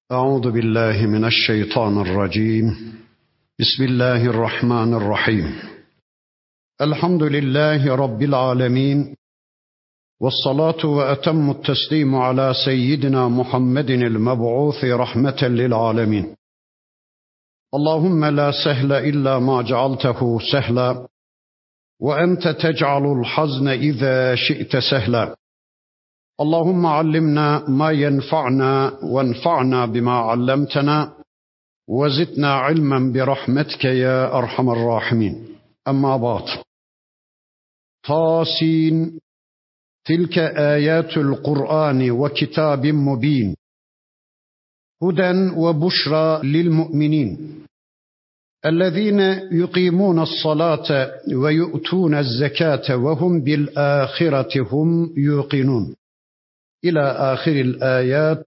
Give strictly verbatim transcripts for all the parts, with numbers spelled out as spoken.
أعوذ بالله من الشيطان الرجيم. بسم الله الرحمن الرحيم. الحمد لله رب العالمين، والصلاة وأتم التسليم على سيدنا محمد المبعوث رحمة للعالمين. اللهم لا سهل إلا ما جعلته سهلا، وأنت تجعل الحزن إذا شئت سهلا. اللهم علمنا ما ينفعنا وانفعنا بما علمتنا، وزدنا علما برحمتك يا أرحم الراحمين. أما بعد، طاسين تلك آيات القرآن وكتاب مبين هدى وبشرى للمؤمنين الذين يقيمون الصلاة ويؤتون الزكاة وهم بالآخرة هم يوقنون. إلى آخر الآيات.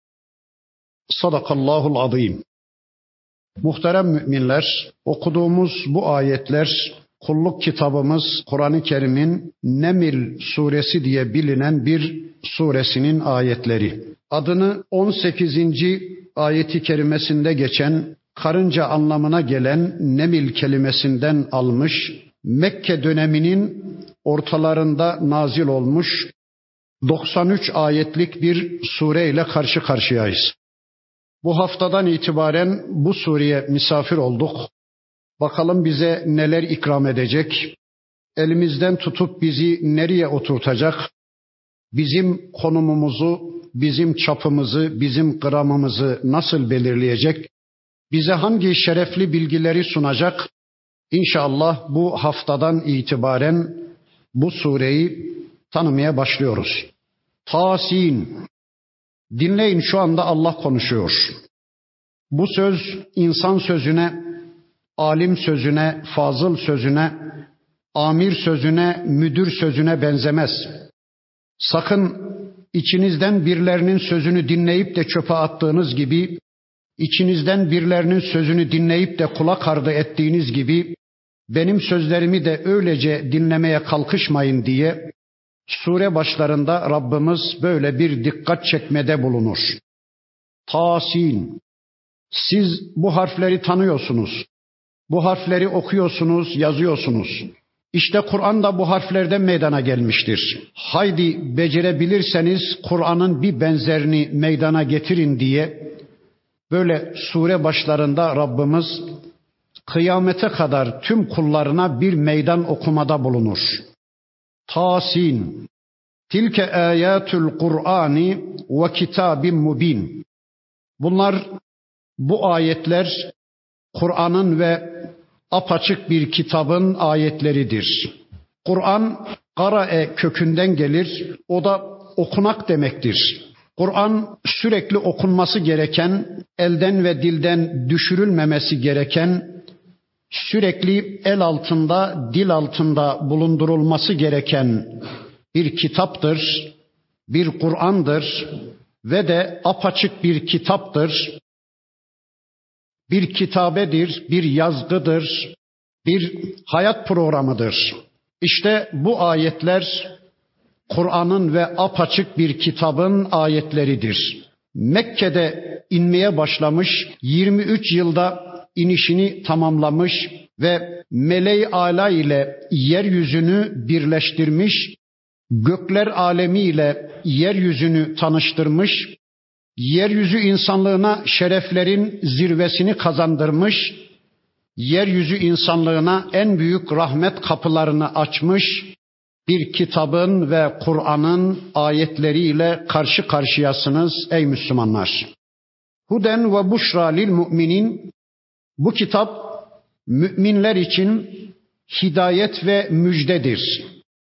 Sadakallahul azim. Muhterem müminler, okuduğumuz bu ayetler kulluk kitabımız Kur'an-ı Kerim'in Neml suresi diye bilinen bir suresinin ayetleri. Adını on sekizinci ayeti kerimesinde geçen karınca anlamına gelen Neml kelimesinden almış, Mekke döneminin ortalarında nazil olmuş doksan üç ayetlik bir sureyle karşı karşıyayız. Bu haftadan itibaren bu sureye misafir olduk. Bakalım bize neler ikram edecek, elimizden tutup bizi nereye oturtacak, bizim konumumuzu, bizim çapımızı, bizim gramımızı nasıl belirleyecek, bize hangi şerefli bilgileri sunacak. İnşallah bu haftadan itibaren bu sureyi tanımaya başlıyoruz. Tasin. Dinleyin, şu anda Allah konuşuyor. Bu söz insan sözüne, alim sözüne, fazıl sözüne, amir sözüne, müdür sözüne benzemez. Sakın içinizden birilerinin sözünü dinleyip de çöpe attığınız gibi, içinizden birilerinin sözünü dinleyip de kulak ardı ettiğiniz gibi, benim sözlerimi de öylece dinlemeye kalkışmayın diye sure başlarında Rabbimiz böyle bir dikkat çekmede bulunur. Tasin. Siz bu harfleri tanıyorsunuz. Bu harfleri okuyorsunuz, yazıyorsunuz. İşte Kur'an da bu harflerden meydana gelmiştir. Haydi becerebilirseniz Kur'an'ın bir benzerini meydana getirin diye böyle sure başlarında Rabbimiz kıyamete kadar tüm kullarına bir meydan okumada bulunur. Tasin. Tilke ayatul Kur'ani ve kitabim mubin. Bunlar, bu ayetler Kur'an'ın ve apaçık bir kitabın ayetleridir. Kur'an karae kökünden gelir. O da okunak demektir. Kur'an sürekli okunması gereken, elden ve dilden düşürülmemesi gereken, sürekli el altında, dil altında bulundurulması gereken bir kitaptır, bir Kur'an'dır ve de apaçık bir kitaptır. Bir kitabedir, bir yazgıdır, bir hayat programıdır. İşte bu ayetler Kur'an'ın ve apaçık bir kitabın ayetleridir. Mekke'de inmeye başlamış, yirmi üç yılda inişini tamamlamış ve meleği ala ile yeryüzünü birleştirmiş, gökler alemi ile yeryüzünü tanıştırmış, yeryüzü insanlığına şereflerin zirvesini kazandırmış, yeryüzü insanlığına en büyük rahmet kapılarını açmış bir kitabın ve Kur'an'ın ayetleriyle karşı karşıyasınız ey Müslümanlar. Huden ve buşra lil müminin. Bu kitap müminler için hidayet ve müjdedir.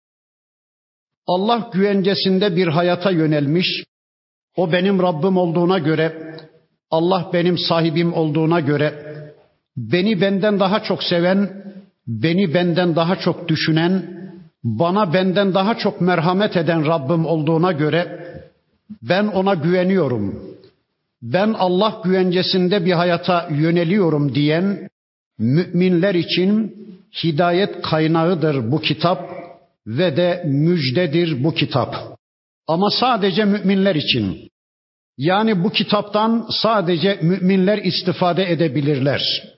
Allah güvencesinde bir hayata yönelmiş, o benim Rabbim olduğuna göre, Allah benim sahibim olduğuna göre, beni benden daha çok seven, beni benden daha çok düşünen, bana benden daha çok merhamet eden Rabbim olduğuna göre ben ona güveniyorum. Ben Allah güvencesinde bir hayata yöneliyorum diyen müminler için hidayet kaynağıdır bu kitap ve de müjdedir bu kitap. Ama sadece müminler için. Yani bu kitaptan sadece müminler istifade edebilirler.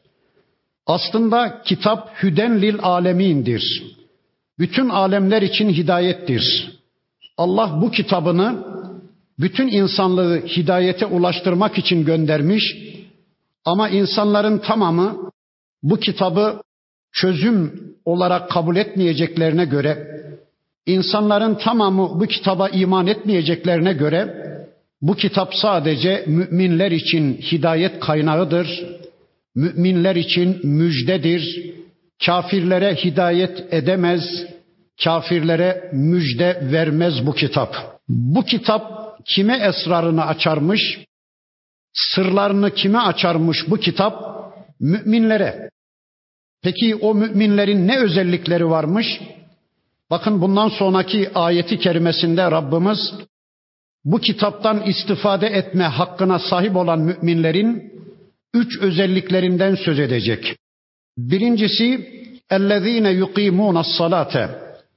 Aslında kitap hüden lil alemindir. Bütün alemler için hidayettir. Allah bu kitabını bütün insanlığı hidayete ulaştırmak için göndermiş. Ama insanların tamamı bu kitabı çözüm olarak kabul etmeyeceklerine göre, insanların tamamı bu kitaba iman etmeyeceklerine göre, bu kitap sadece müminler için hidayet kaynağıdır. Müminler için müjdedir. Kafirlere hidayet edemez, kafirlere müjde vermez bu kitap. Bu kitap kime esrarını açarmış? Sırlarını kime açarmış bu kitap? Müminlere. Peki o müminlerin ne özellikleri varmış? Bakın bundan sonraki ayeti kerimesinde Rabbimiz bu kitaptan istifade etme hakkına sahip olan müminlerin üç özelliklerinden söz edecek. Birincisi, اَلَّذ۪ينَ يُقِيمُونَ الصَّلَاةَ.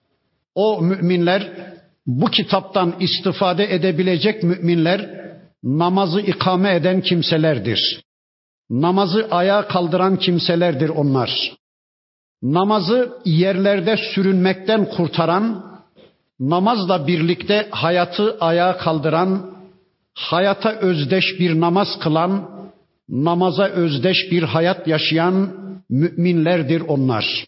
O müminler, bu kitaptan istifade edebilecek müminler, namazı ikame eden kimselerdir. Namazı ayağa kaldıran kimselerdir onlar. Namazı yerlerde sürünmekten kurtaran, namazla birlikte hayatı ayağa kaldıran, hayata özdeş bir namaz kılan, namaza özdeş bir hayat yaşayan müminlerdir onlar.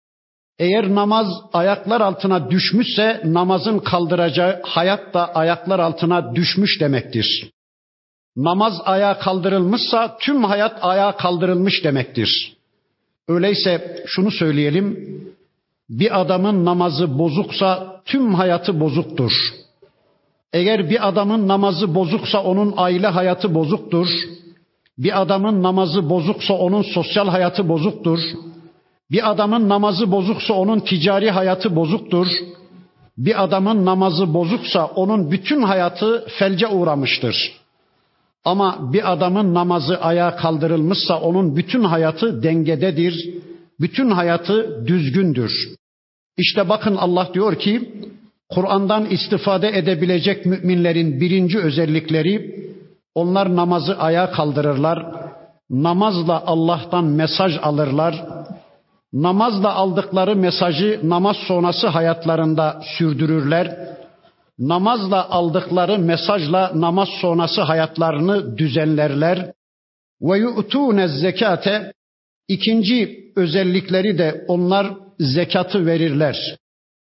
Eğer namaz ayaklar altına düşmüşse namazın kaldıracağı hayat da ayaklar altına düşmüş demektir. Namaz ayağa kaldırılmışsa tüm hayat ayağa kaldırılmış demektir. Öyleyse şunu söyleyelim, bir adamın namazı bozuksa tüm hayatı bozuktur. Eğer bir adamın namazı bozuksa onun aile hayatı bozuktur. Bir adamın namazı bozuksa onun sosyal hayatı bozuktur. Bir adamın namazı bozuksa onun ticari hayatı bozuktur. Bir adamın namazı bozuksa onun bütün hayatı felce uğramıştır. Ama bir adamın namazı ayağa kaldırılmışsa onun bütün hayatı dengededir. Bütün hayatı düzgündür. İşte bakın Allah diyor ki, Kur'an'dan istifade edebilecek müminlerin birinci özellikleri, onlar namazı ayağa kaldırırlar. Namazla Allah'tan mesaj alırlar. Namazla aldıkları mesajı namaz sonrası hayatlarında sürdürürler. Namazla aldıkları mesajla namaz sonrası hayatlarını düzenlerler. Ve yu'tûne zekâte. İkinci özellikleri de onlar zekatı verirler.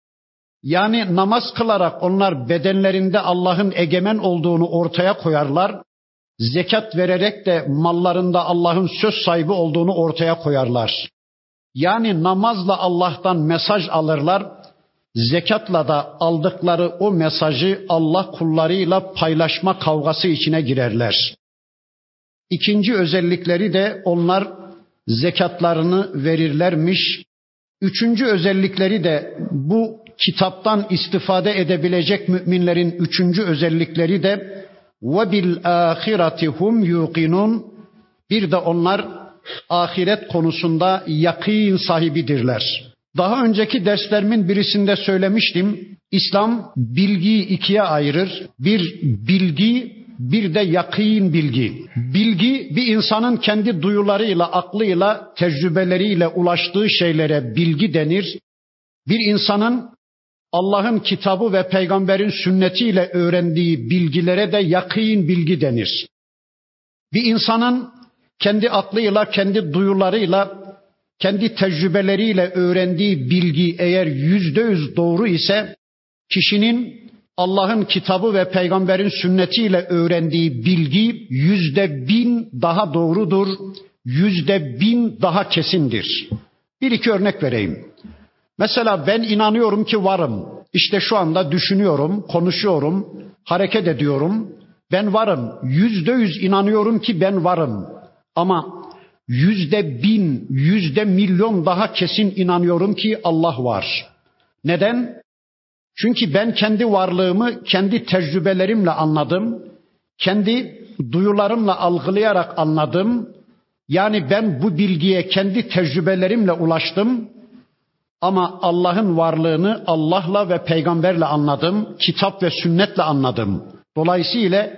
Yani namaz kılarak onlar bedenlerinde Allah'ın egemen olduğunu ortaya koyarlar. Zekat vererek de mallarında Allah'ın söz sahibi olduğunu ortaya koyarlar. Yani namazla Allah'tan mesaj alırlar. Zekatla da aldıkları o mesajı Allah kullarıyla paylaşma kavgası içine girerler. İkinci özellikleri de onlar zekatlarını verirlermiş. Üçüncü özellikleri de bu kitaptan istifade edebilecek müminlerin üçüncü özellikleri de وَبِالْآخِرَةِ هُمْ يُوقِنُونَ. Bir de onlar ahiret konusunda yakîn sahibidirler. Daha önceki derslerimin birisinde söylemiştim. İslam bilgiyi ikiye ayırır. Bir bilgi, bir de yakîn bilgi. Bilgi bir insanın kendi duyularıyla, aklıyla, tecrübeleriyle ulaştığı şeylere bilgi denir. Bir insanın Allah'ın kitabı ve peygamberin sünnetiyle öğrendiği bilgilere de yakîn bilgi denir. Bir insanın kendi aklıyla, kendi duyularıyla, kendi tecrübeleriyle öğrendiği bilgi eğer yüzde yüz doğru ise, kişinin Allah'ın kitabı ve peygamberin sünnetiyle öğrendiği bilgi yüzde bin daha doğrudur, yüzde bin daha kesindir. Bir iki örnek vereyim. Mesela ben inanıyorum ki varım. İşte şu anda düşünüyorum, konuşuyorum, hareket ediyorum. Ben varım. Yüzde yüz inanıyorum ki ben varım. Ama yüzde bin, yüzde milyon daha kesin inanıyorum ki Allah var. Neden? Çünkü ben kendi varlığımı kendi tecrübelerimle anladım. Kendi duyularımla algılayarak anladım. Yani ben bu bilgiye kendi tecrübelerimle ulaştım. Ama Allah'ın varlığını Allah'la ve peygamberle anladım. Kitap ve sünnetle anladım. Dolayısıyla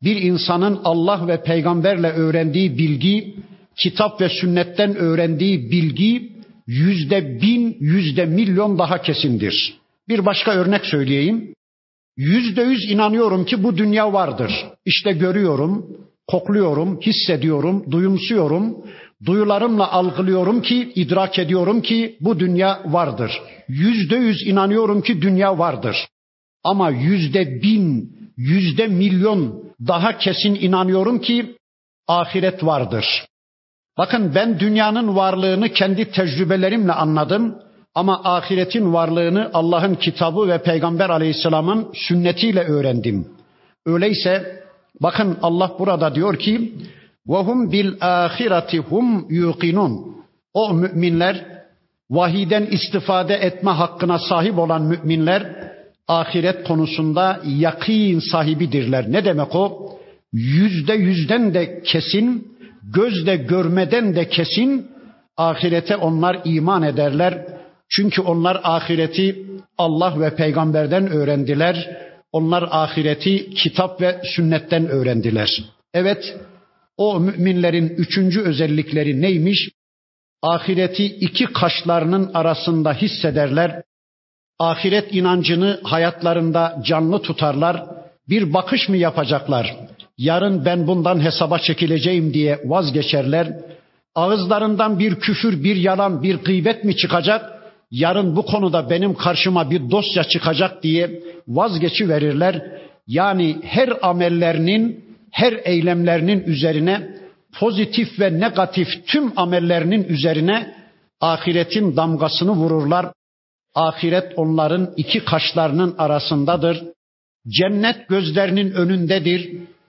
bir insanın Allah ve peygamberle öğrendiği bilgi, kitap ve sünnetten öğrendiği bilgi yüzde bin, yüzde milyon daha kesindir. Bir başka örnek söyleyeyim. Yüzde yüz inanıyorum ki bu dünya vardır. İşte görüyorum, kokluyorum, hissediyorum, duyumsuyorum, duyularımla algılıyorum ki, idrak ediyorum ki bu dünya vardır. Yüzde yüz inanıyorum ki dünya vardır. Ama yüzde bin, yüzde milyon daha kesin inanıyorum ki ahiret vardır. Bakın ben dünyanın varlığını kendi tecrübelerimle anladım. Ama ahiretin varlığını Allah'ın kitabı ve Peygamber Aleyhisselam'ın sünnetiyle öğrendim. Öyleyse bakın Allah burada diyor ki وَهُمْ بِالْآخِرَةِ هُمْ يُوقِنُونَ. O müminler, vahiden istifade etme hakkına sahip olan müminler ahiret konusunda yakin sahibidirler. Ne demek o? Yüzde yüzden de kesin, gözle görmeden de kesin ahirete onlar iman ederler. Çünkü onlar ahireti Allah ve peygamberden öğrendiler. Onlar ahireti kitap ve sünnetten öğrendiler. Evet, o müminlerin üçüncü özellikleri neymiş? Ahireti iki kaşlarının arasında hissederler. Ahiret inancını hayatlarında canlı tutarlar. Bir bakış mı yapacaklar? Yarın ben bundan hesaba çekileceğim diye vazgeçerler. Ağızlarından bir küfür, bir yalan, bir gıybet mi çıkacak? Yarın bu konuda benim karşıma bir dosya çıkacak diye vazgeçiverirler. Yani her amellerinin, her eylemlerinin üzerine, pozitif ve negatif tüm amellerinin üzerine ahiretin damgasını vururlar. Ahiret onların iki kaşlarının arasındadır. Cennet gözlerinin önündedir.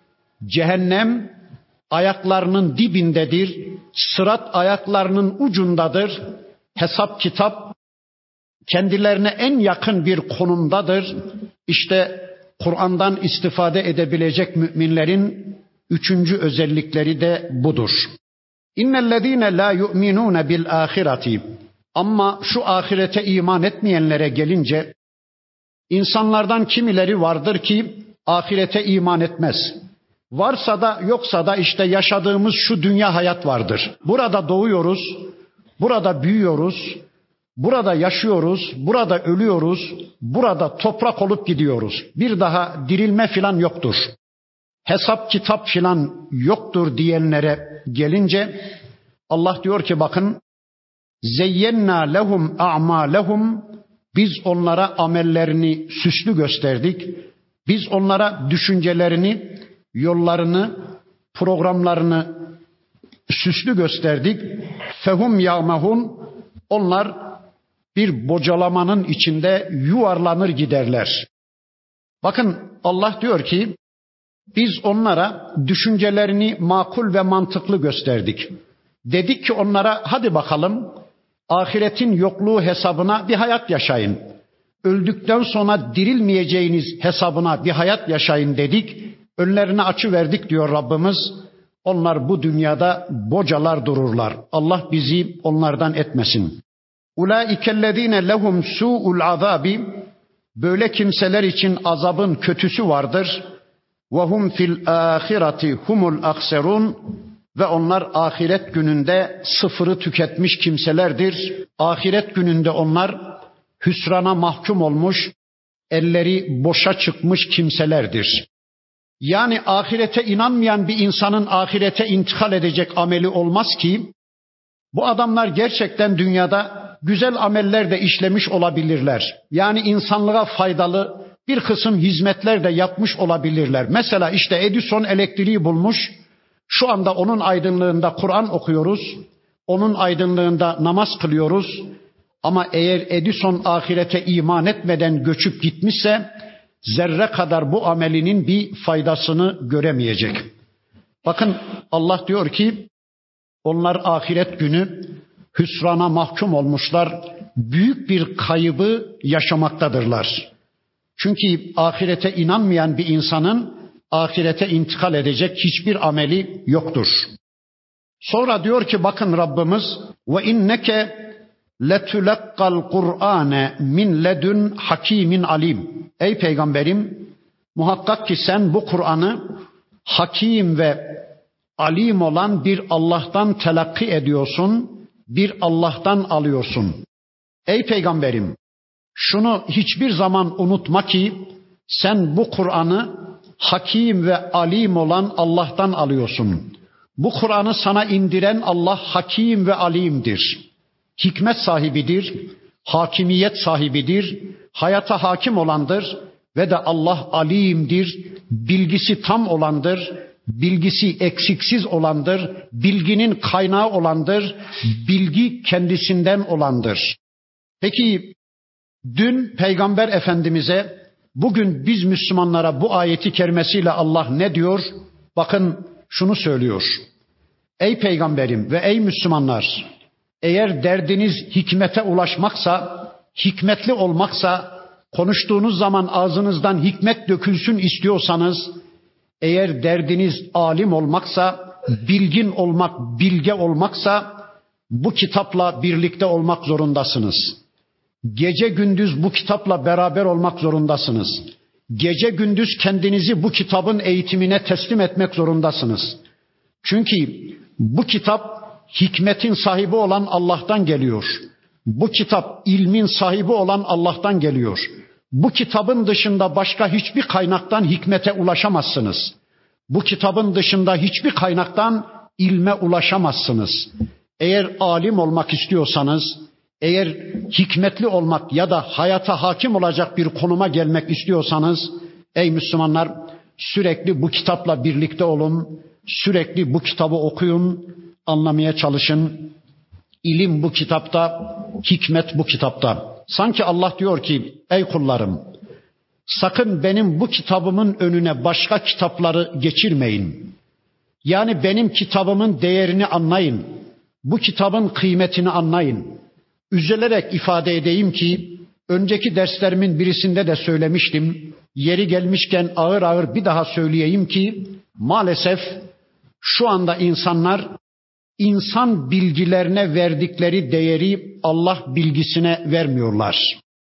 Cehennem ayaklarının dibindedir. Sırat ayaklarının ucundadır. Hesap kitap kendilerine en yakın bir konumdadır. İşte Kur'an'dan istifade edebilecek müminlerin üçüncü özellikleri de budur. İnnellezîne lâ yu'minûne bil âhireti. Ama şu ahirete iman etmeyenlere gelince, insanlardan kimileri vardır ki ahirete iman etmez. Varsa da yoksa da işte yaşadığımız şu dünya hayat vardır. Burada doğuyoruz, burada büyüyoruz, burada yaşıyoruz, burada ölüyoruz, burada toprak olup gidiyoruz. Bir daha dirilme filan yoktur. Hesap kitap filan yoktur diyenlere gelince Allah diyor ki bakın, zeyyenna lehum a'malehum, biz onlara amellerini süslü gösterdik. Biz onlara düşüncelerini, yollarını, programlarını süslü gösterdik. Fehum ya'mahun, onlar bir bocalamanın içinde yuvarlanır giderler. Bakın Allah diyor ki biz onlara düşüncelerini makul ve mantıklı gösterdik. Dedik ki onlara hadi bakalım ahiretin yokluğu hesabına bir hayat yaşayın. Öldükten sonra dirilmeyeceğiniz hesabına bir hayat yaşayın dedik. Önlerine açıverdik diyor Rabbimiz. Onlar bu dünyada bocalar dururlar. Allah bizi onlardan etmesin. Ulaikellezine lehum su'ul azabi, böyle kimseler için azabın kötüsü vardır. Ve hum fil ahireti humul akserun, ve onlar ahiret gününde sıfırı tüketmiş kimselerdir. Ahiret gününde onlar hüsrana mahkum olmuş, elleri boşa çıkmış kimselerdir. Yani ahirete inanmayan bir insanın ahirete intikal edecek ameli olmaz ki, bu adamlar gerçekten dünyada güzel ameller de işlemiş olabilirler. Yani insanlığa faydalı bir kısım hizmetler de yapmış olabilirler. Mesela işte Edison elektriği bulmuş. Şu anda onun aydınlığında Kur'an okuyoruz. Onun aydınlığında namaz kılıyoruz. Ama eğer Edison ahirete iman etmeden göçüp gitmişse zerre kadar bu amelinin bir faydasını göremeyecek. Bakın Allah diyor ki onlar ahiret günü hüsrana mahkum olmuşlar. Büyük bir kaybı yaşamaktadırlar. Çünkü ahirete inanmayan bir insanın ahirete intikal edecek hiçbir ameli yoktur. Sonra diyor ki bakın Rabbimiz ve inneke letulaqqal Kur'ane min ledun hakimin alim. Ey peygamberim, muhakkak ki sen bu Kur'an'ı hakim ve alim olan bir Allah'tan telakki ediyorsun, bir Allah'tan alıyorsun. Ey peygamberim, şunu hiçbir zaman unutma ki sen bu Kur'an'ı hakim ve alim olan Allah'tan alıyorsun. Bu Kur'an'ı sana indiren Allah hakim ve alimdir. Hikmet sahibidir, hakimiyet sahibidir, hayata hakim olandır ve de Allah alimdir, bilgisi tam olandır, bilgisi eksiksiz olandır, bilginin kaynağı olandır, bilgi kendisinden olandır. Peki dün Peygamber Efendimiz'e, bugün biz Müslümanlara bu ayeti kerimesiyle Allah ne diyor? Bakın şunu söylüyor. Ey peygamberim ve ey Müslümanlar, eğer derdiniz hikmete ulaşmaksa, hikmetli olmaksa, konuştuğunuz zaman ağzınızdan hikmet dökülsün istiyorsanız, eğer derdiniz alim olmaksa, bilgin olmak, bilge olmaksa, bu kitapla birlikte olmak zorundasınız. Gece gündüz bu kitapla beraber olmak zorundasınız. Gece gündüz kendinizi bu kitabın eğitimine teslim etmek zorundasınız. Çünkü bu kitap hikmetin sahibi olan Allah'tan geliyor. Bu kitap ilmin sahibi olan Allah'tan geliyor. Bu kitabın dışında başka hiçbir kaynaktan hikmete ulaşamazsınız. Bu kitabın dışında hiçbir kaynaktan ilme ulaşamazsınız. Eğer alim olmak istiyorsanız, eğer hikmetli olmak ya da hayata hakim olacak bir konuma gelmek istiyorsanız, ey Müslümanlar, sürekli bu kitapla birlikte olun, sürekli bu kitabı okuyun, anlamaya çalışın. İlim bu kitapta, hikmet bu kitapta. Sanki Allah diyor ki, ey kullarım, sakın benim bu kitabımın önüne başka kitapları geçirmeyin. Yani benim kitabımın değerini anlayın. Bu kitabın kıymetini anlayın. Üzülerek ifade edeyim ki, önceki derslerimin birisinde de söylemiştim. Yeri gelmişken ağır ağır bir daha söyleyeyim ki, maalesef şu anda insanlar insan bilgilerine verdikleri değeri Allah bilgisine vermiyorlar.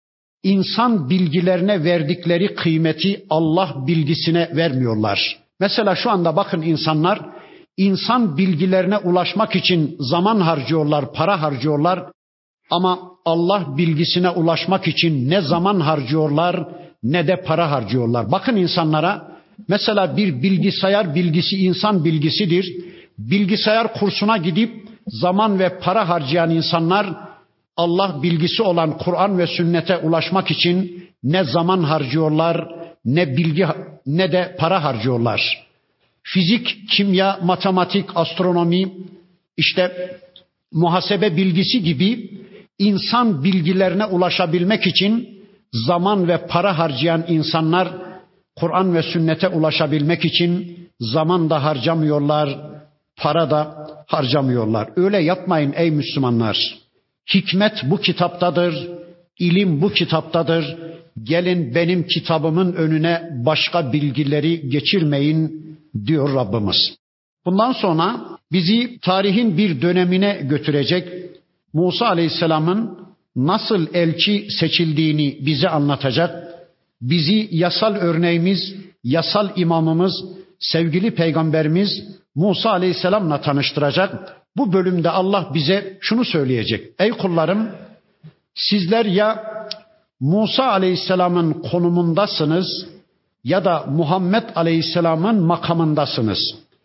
İnsan bilgilerine verdikleri kıymeti Allah bilgisine vermiyorlar. Mesela şu anda bakın insanlar insan bilgilerine ulaşmak için zaman harcıyorlar, para harcıyorlar. Ama Allah bilgisine ulaşmak için ne zaman harcıyorlar ne de para harcıyorlar. Bakın insanlara, mesela bir bilgisayar bilgisi insan bilgisidir. Bilgisayar kursuna gidip zaman ve para harcayan insanlar Allah bilgisi olan Kur'an ve sünnete ulaşmak için ne zaman harcıyorlar ne bilgi ne de para harcıyorlar. Fizik, kimya, matematik, astronomi, işte muhasebe bilgisi gibi insan bilgilerine ulaşabilmek için zaman ve para harcayan insanlar Kur'an ve sünnete ulaşabilmek için zaman da harcamıyorlar, para da harcamıyorlar. Öyle yapmayın ey Müslümanlar. Hikmet bu kitaptadır, ilim bu kitaptadır. Gelin benim kitabımın önüne başka bilgileri geçirmeyin diyor Rabbimiz. Bundan sonra bizi tarihin bir dönemine götürecek, Musa Aleyhisselam'ın nasıl elçi seçildiğini bize anlatacak, bizi yasal örneğimiz, yasal imamımız, sevgili peygamberimiz Musa Aleyhisselam'la tanıştıracak. Bu bölümde Allah bize şunu söyleyecek. Ey kullarım, sizler ya Musa Aleyhisselam'ın konumundasınız ya da Muhammed Aleyhisselam'ın makamındasınız.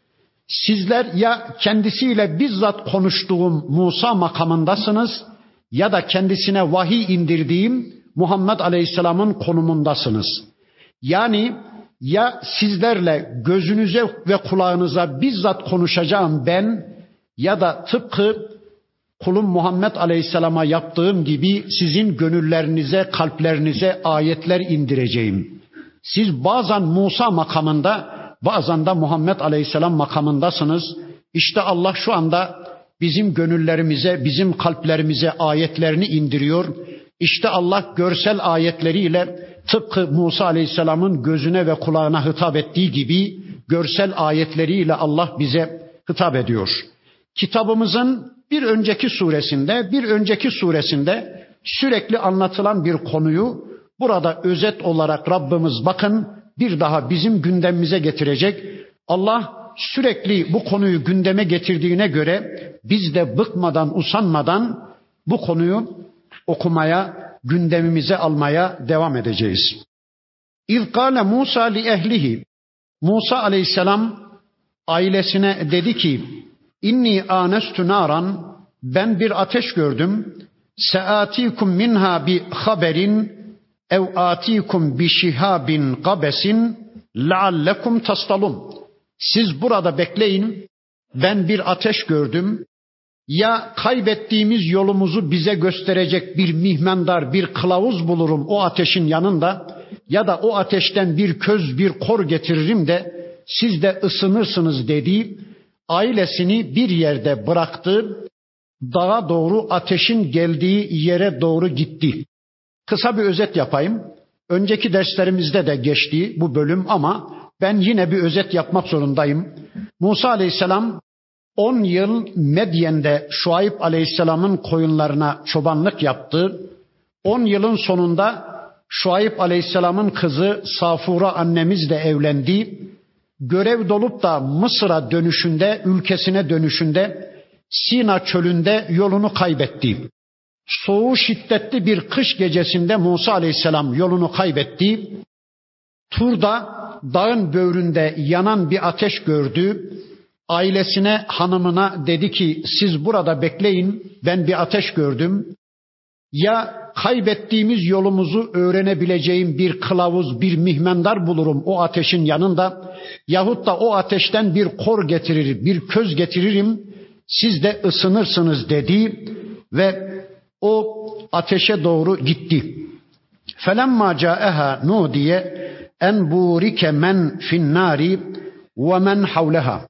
Sizler ya kendisiyle bizzat konuştuğum Musa makamındasınız ya da kendisine vahiy indirdiğim Muhammed Aleyhisselam'ın konumundasınız. Yani ya sizlerle gözünüze ve kulağınıza bizzat konuşacağım ben ya da tıpkı kulum Muhammed Aleyhisselam'a yaptığım gibi sizin gönüllerinize, kalplerinize ayetler indireceğim. Siz bazen Musa makamında, bazen de Muhammed Aleyhisselam makamındasınız. İşte Allah şu anda bizim gönüllerimize, bizim kalplerimize ayetlerini indiriyor. İşte Allah görsel ayetleriyle tıpkı Musa Aleyhisselam'ın gözüne ve kulağına hitap ettiği gibi görsel ayetleriyle Allah bize hitap ediyor. Kitabımızın bir önceki suresinde, bir önceki suresinde sürekli anlatılan bir konuyu burada özet olarak Rabbimiz bakın bir daha bizim gündemimize getirecek. Allah sürekli bu konuyu gündeme getirdiğine göre biz de bıkmadan, usanmadan bu konuyu okumaya, gündemimize almaya devam edeceğiz. İz kâle Musa li ehlihi. Musa aleyhisselam ailesine dedi ki, İnni ânestu nâran, ben bir ateş gördüm. Seâtikum minha bi haberin ev âtikum bi şihabin qabesin leallekum tastalun. Siz burada bekleyin, ben bir ateş gördüm. Ya kaybettiğimiz yolumuzu bize gösterecek bir mihmendar, bir kılavuz bulurum o ateşin yanında, ya da o ateşten bir köz, bir kor getiririm de siz de ısınırsınız dedi. Ailesini bir yerde bıraktı, dağa doğru, ateşin geldiği yere doğru gitti. Kısa bir özet yapayım. Önceki derslerimizde de geçti bu bölüm ama ben yine bir özet yapmak zorundayım. Musa aleyhisselam on yıl Medyen'de Şuayb aleyhisselamın koyunlarına çobanlık yaptı. on yılın sonunda Şuayb aleyhisselamın kızı Safura annemiz de evlendi. Görev dolup da Mısır'a dönüşünde, ülkesine dönüşünde Sina çölünde yolunu kaybetti. Soğuğu şiddetli bir kış gecesinde Musa aleyhisselam yolunu kaybetti. Tur'da dağın böğründe yanan bir ateş gördü. Ailesine, hanımına dedi ki siz burada bekleyin, ben bir ateş gördüm. Ya kaybettiğimiz yolumuzu öğrenebileceğim bir kılavuz, bir mihmendar bulurum o ateşin yanında. Yahut da o ateşten bir kor getirir, bir köz getiririm, siz de ısınırsınız dedi ve o ateşe doğru gitti. Felemma ca'eha nudiye en burike men fin nari ve men havleha.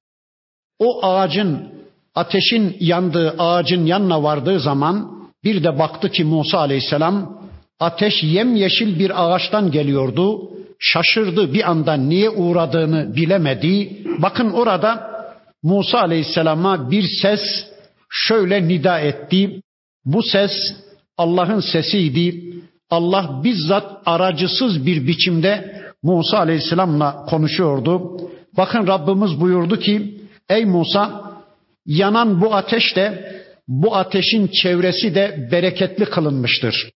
O ağacın, ateşin yandığı ağacın yanına vardığı zaman bir de baktı ki Musa aleyhisselam ateş yemyeşil bir ağaçtan geliyordu. Şaşırdı, bir anda niye uğradığını bilemedi. Bakın orada Musa aleyhisselama bir ses şöyle nida etti. Bu ses Allah'ın sesiydi. Allah bizzat aracısız bir biçimde Musa aleyhisselamla konuşuyordu. Bakın Rabbimiz buyurdu ki ey Musa, yanan bu ateş de, bu ateşin çevresi de bereketli kılınmıştır.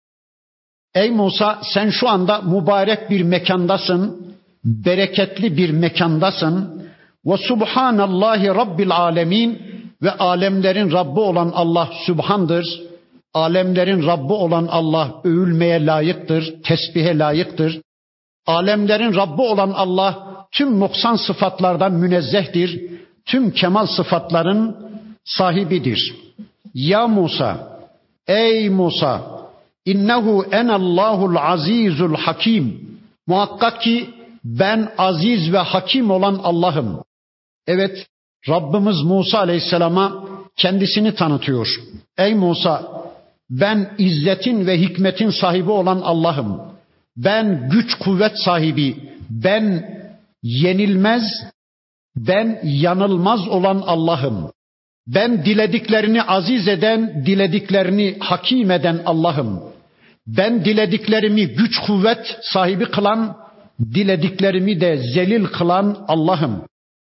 Ey Musa, sen şu anda mübarek bir mekandasın, bereketli bir mekandasın. Ve subhanallahi rabbil alemin, ve alemlerin Rabbi olan Allah Sübhan'dır. Alemlerin Rabbi olan Allah övülmeye layıktır, tesbihe layıktır. Alemlerin Rabbi olan Allah tüm noksan sıfatlardan münezzehtir. Tüm kemal sıfatların sahibidir. Ya Musa, ey Musa, innehu enallahul azizul hakim. Muhakkak ki ben aziz ve hakim olan Allah'ım. Evet, Rabbimiz Musa aleyhisselama kendisini tanıtıyor. Ey Musa, ben izzetin ve hikmetin sahibi olan Allah'ım. Ben güç kuvvet sahibi, ben yenilmez, ben yanılmaz olan Allah'ım. Ben dilediklerini aziz eden, dilediklerini hakim eden Allah'ım. Ben dilediklerimi güç kuvvet sahibi kılan, dilediklerimi de zelil kılan Allah'ım.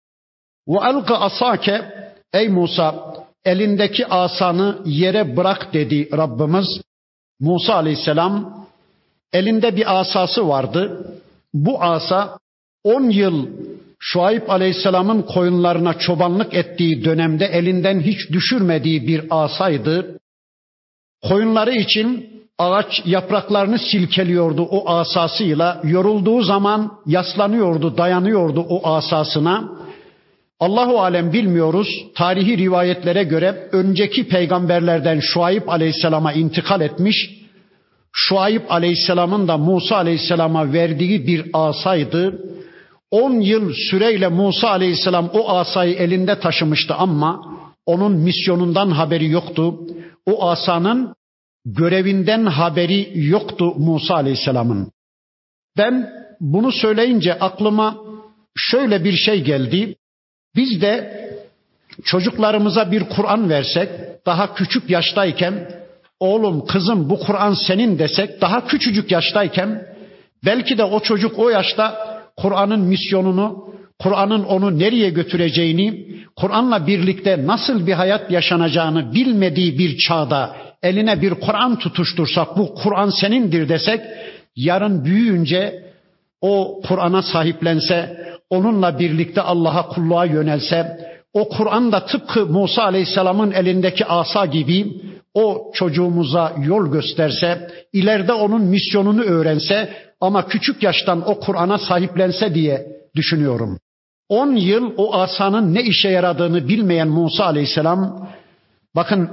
Ve alqa asake, ey Musa, elindeki asanı yere bırak dedi Rabbimiz. Musa aleyhisselam elinde bir asası vardı. Bu asa on yıl Şuayb aleyhisselamın koyunlarına çobanlık ettiği dönemde elinden hiç düşürmediği bir asaydı. Koyunları için ağaç yapraklarını silkeliyordu o asasıyla. Yorulduğu zaman yaslanıyordu, dayanıyordu o asasına. Allahu alem bilmiyoruz. Tarihi rivayetlere göre önceki peygamberlerden Şuayb aleyhisselama intikal etmiş. Şuayb aleyhisselamın da Musa aleyhisselama verdiği bir asaydı. on yıl süreyle Musa aleyhisselam o asayı elinde taşımıştı ama onun misyonundan haberi yoktu. O asanın görevinden haberi yoktu Musa aleyhisselamın. Ben bunu söyleyince aklıma şöyle bir şey geldi. Biz de çocuklarımıza bir Kur'an versek, daha küçük yaştayken, oğlum kızım bu Kur'an senin desek, daha küçücük yaştayken, belki de o çocuk o yaşta Kur'an'ın misyonunu, Kur'an'ın onu nereye götüreceğini, Kur'an'la birlikte nasıl bir hayat yaşanacağını bilmediği bir çağda eline bir Kur'an tutuştursak, bu Kur'an senindir desek, yarın büyüyünce o Kur'an'a sahiplense, onunla birlikte Allah'a kulluğa yönelse, o Kur'an da tıpkı Musa Aleyhisselam'ın elindeki asa gibi o çocuğumuza yol gösterse, ileride onun misyonunu öğrense ama küçük yaştan o Kur'an'a sahiplense diye düşünüyorum. On yıl o asanın ne işe yaradığını bilmeyen Musa Aleyhisselam, bakın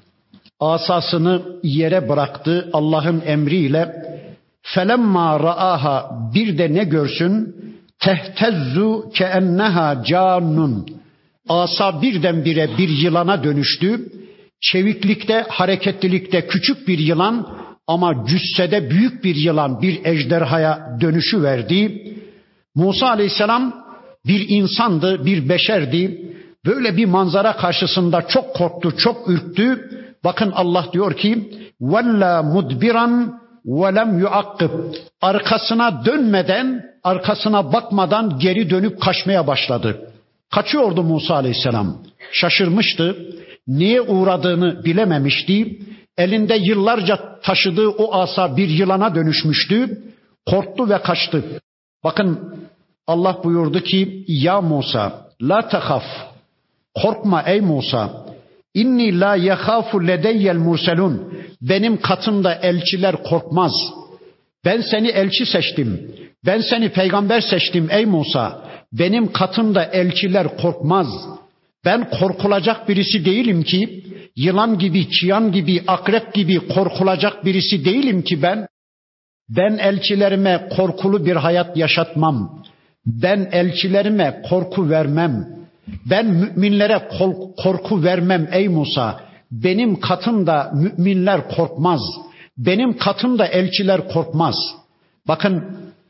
asasını yere bıraktı Allah'ın emriyle. Felemma ra'aha, bir de ne görsün? Tehtezzu keenneha cannun. Asa birdenbire bir yılana dönüştü. Çeviklikte, hareketlilikte küçük bir yılan ama cüssede büyük bir yılan, bir ejderhaya dönüşü verdi. Musa Aleyhisselam bir insandı, bir beşerdi. Böyle bir manzara karşısında çok korktu, çok ürktü. Bakın Allah diyor ki: "Valla mudbiran ve lem yuakkib." Arkasına dönmeden, arkasına bakmadan geri dönüp kaçmaya başladı. Kaçıyordu Musa Aleyhisselam. Şaşırmıştı. Niye uğradığını bilememişti. Elinde yıllarca taşıdığı o asa bir yılana dönüşmüştü. Korktu ve kaçtı. Bakın Allah buyurdu ki: "Ya Musa, la tehaf." Korkma ey Musa. "İnni la yekhafu ledeyyel murselun." Benim katımda elçiler korkmaz. Ben seni elçi seçtim. Ben seni peygamber seçtim ey Musa. Benim katımda elçiler korkmaz. Ben korkulacak birisi değilim ki, yılan gibi, çıyan gibi, akrep gibi korkulacak birisi değilim ki ben. Ben elçilerime korkulu bir hayat yaşatmam. Ben elçilerime korku vermem. Ben müminlere korku vermem ey Musa. Benim katımda müminler korkmaz. Benim katımda elçiler korkmaz. Bakın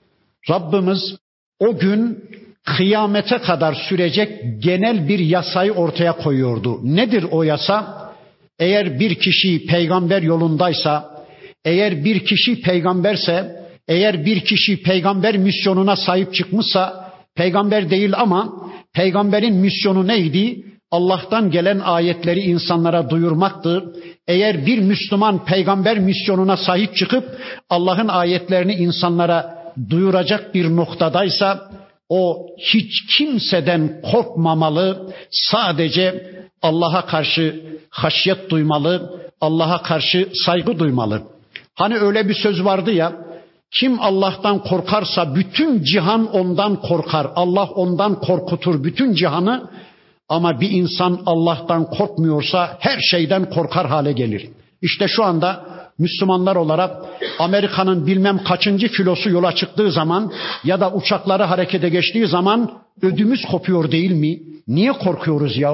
Rabbimiz o gün kıyamete kadar sürecek genel bir yasayı ortaya koyuyordu. Nedir o yasa? Eğer bir kişi peygamber yolundaysa, eğer bir kişi peygamberse, eğer bir kişi peygamber misyonuna sahip çıkmışsa, peygamber değil ama peygamberin misyonu neydi? Allah'tan gelen ayetleri insanlara duyurmaktı. Eğer bir Müslüman peygamber misyonuna sahip çıkıp Allah'ın ayetlerini insanlara duyuracak bir noktadaysa, o hiç kimseden korkmamalı, sadece Allah'a karşı haşyet duymalı, Allah'a karşı saygı duymalı. Hani öyle bir söz vardı ya, kim Allah'tan korkarsa bütün cihan ondan korkar. Allah ondan korkutur bütün cihanı. Ama bir insan Allah'tan korkmuyorsa her şeyden korkar hale gelir. İşte şu anda Müslümanlar olarak Amerika'nın bilmem kaçıncı filosu yola çıktığı zaman ya da uçakları harekete geçtiği zaman ödümüz kopuyor değil mi? Niye korkuyoruz ya?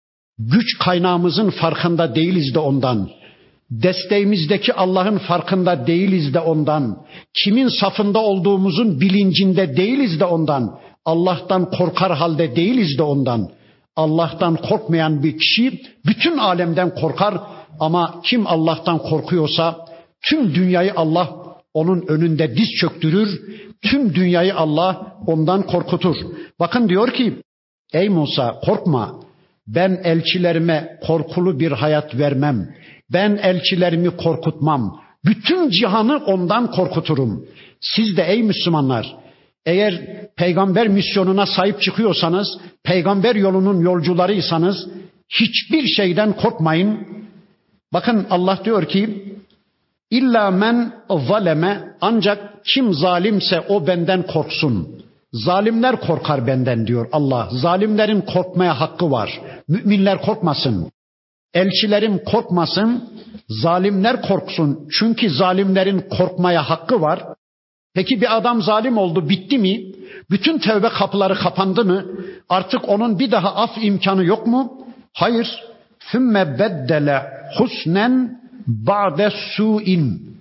Güç kaynağımızın farkında değiliz de ondan. Desteğimizdeki Allah'ın farkında değiliz de ondan. Kimin safında olduğumuzun bilincinde değiliz de ondan. Allah'tan korkar halde değiliz de ondan. Allah'tan korkmayan bir kişi bütün alemden korkar ama kim Allah'tan korkuyorsa tüm dünyayı Allah onun önünde diz çöktürür. Tüm dünyayı Allah ondan korkutur. Bakın diyor ki: "Ey Musa korkma. Ben elçilerime korkulu bir hayat vermem. Ben elçilerimi korkutmam. Bütün cihanı ondan korkuturum." Siz de ey Müslümanlar, eğer peygamber misyonuna sahip çıkıyorsanız, peygamber yolunun yolcularıysanız hiçbir şeyden korkmayın. Bakın Allah diyor ki: "İlla men zaleme." Ancak kim zalimse o benden korksun. Zalimler korkar benden diyor Allah. Zalimlerin korkmaya hakkı var. Müminler korkmasın. Elçilerim korkmasın. Zalimler korksun. Çünkü zalimlerin korkmaya hakkı var. Peki bir adam zalim oldu, bitti mi? Bütün tevbe kapıları kapandı mı? Artık onun bir daha af imkanı yok mu? Hayır. Sümme beddele husnen ba'de su'in.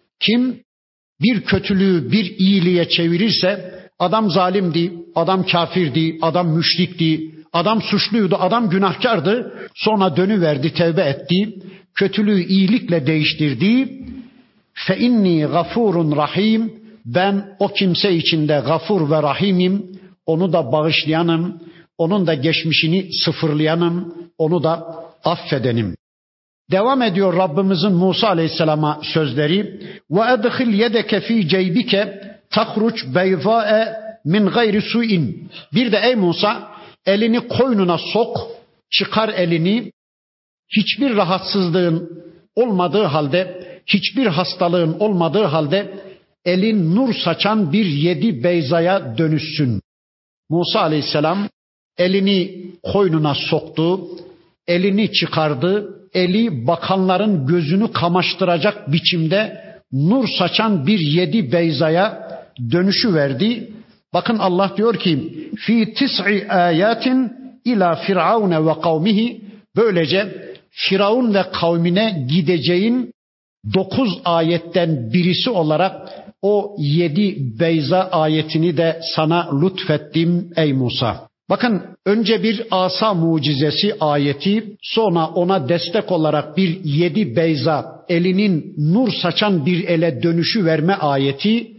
Kim bir kötülüğü bir iyiliğe çevirirse, adam zalimdi, adam kafirdi, adam müşrikti, adam suçluydu, adam günahkardı. Sonra dönüverdi, tevbe etti. Kötülüğü iyilikle değiştirdi. Fe inni gafurun rahim. Ben o kimse içinde gafur ve rahimim. onu da bağışlayanım, onun da geçmişini sıfırlayanım, onu da affedenim. Devam ediyor Rabbimizin Musa Aleyhisselam'a sözleri. Ve edkhil yedeke fi ceybike tahruç beyza'e min gayri su'in. Bir de ey Musa, elini koynuna sok, çıkar elini. Hiçbir rahatsızlığın olmadığı halde, hiçbir hastalığın olmadığı halde elin nur saçan bir yedi beyzaya dönüşsün. Musa Aleyhisselam elini koynuna soktu, elini çıkardı, eli bakanların gözünü kamaştıracak biçimde nur saçan bir yedi beyzaya dönüşü verdi. Bakın Allah diyor ki fi tis'i ayatin ila firavun ve kavmihi, böylece Firavun ve kavmine gideceğin dokuz ayetten birisi olarak o yedi beyza ayetini de sana lütfettim ey Musa. Bakın önce bir asa mucizesi ayeti, sonra ona destek olarak bir yedi beyza, elinin nur saçan bir ele dönüşü verme ayeti.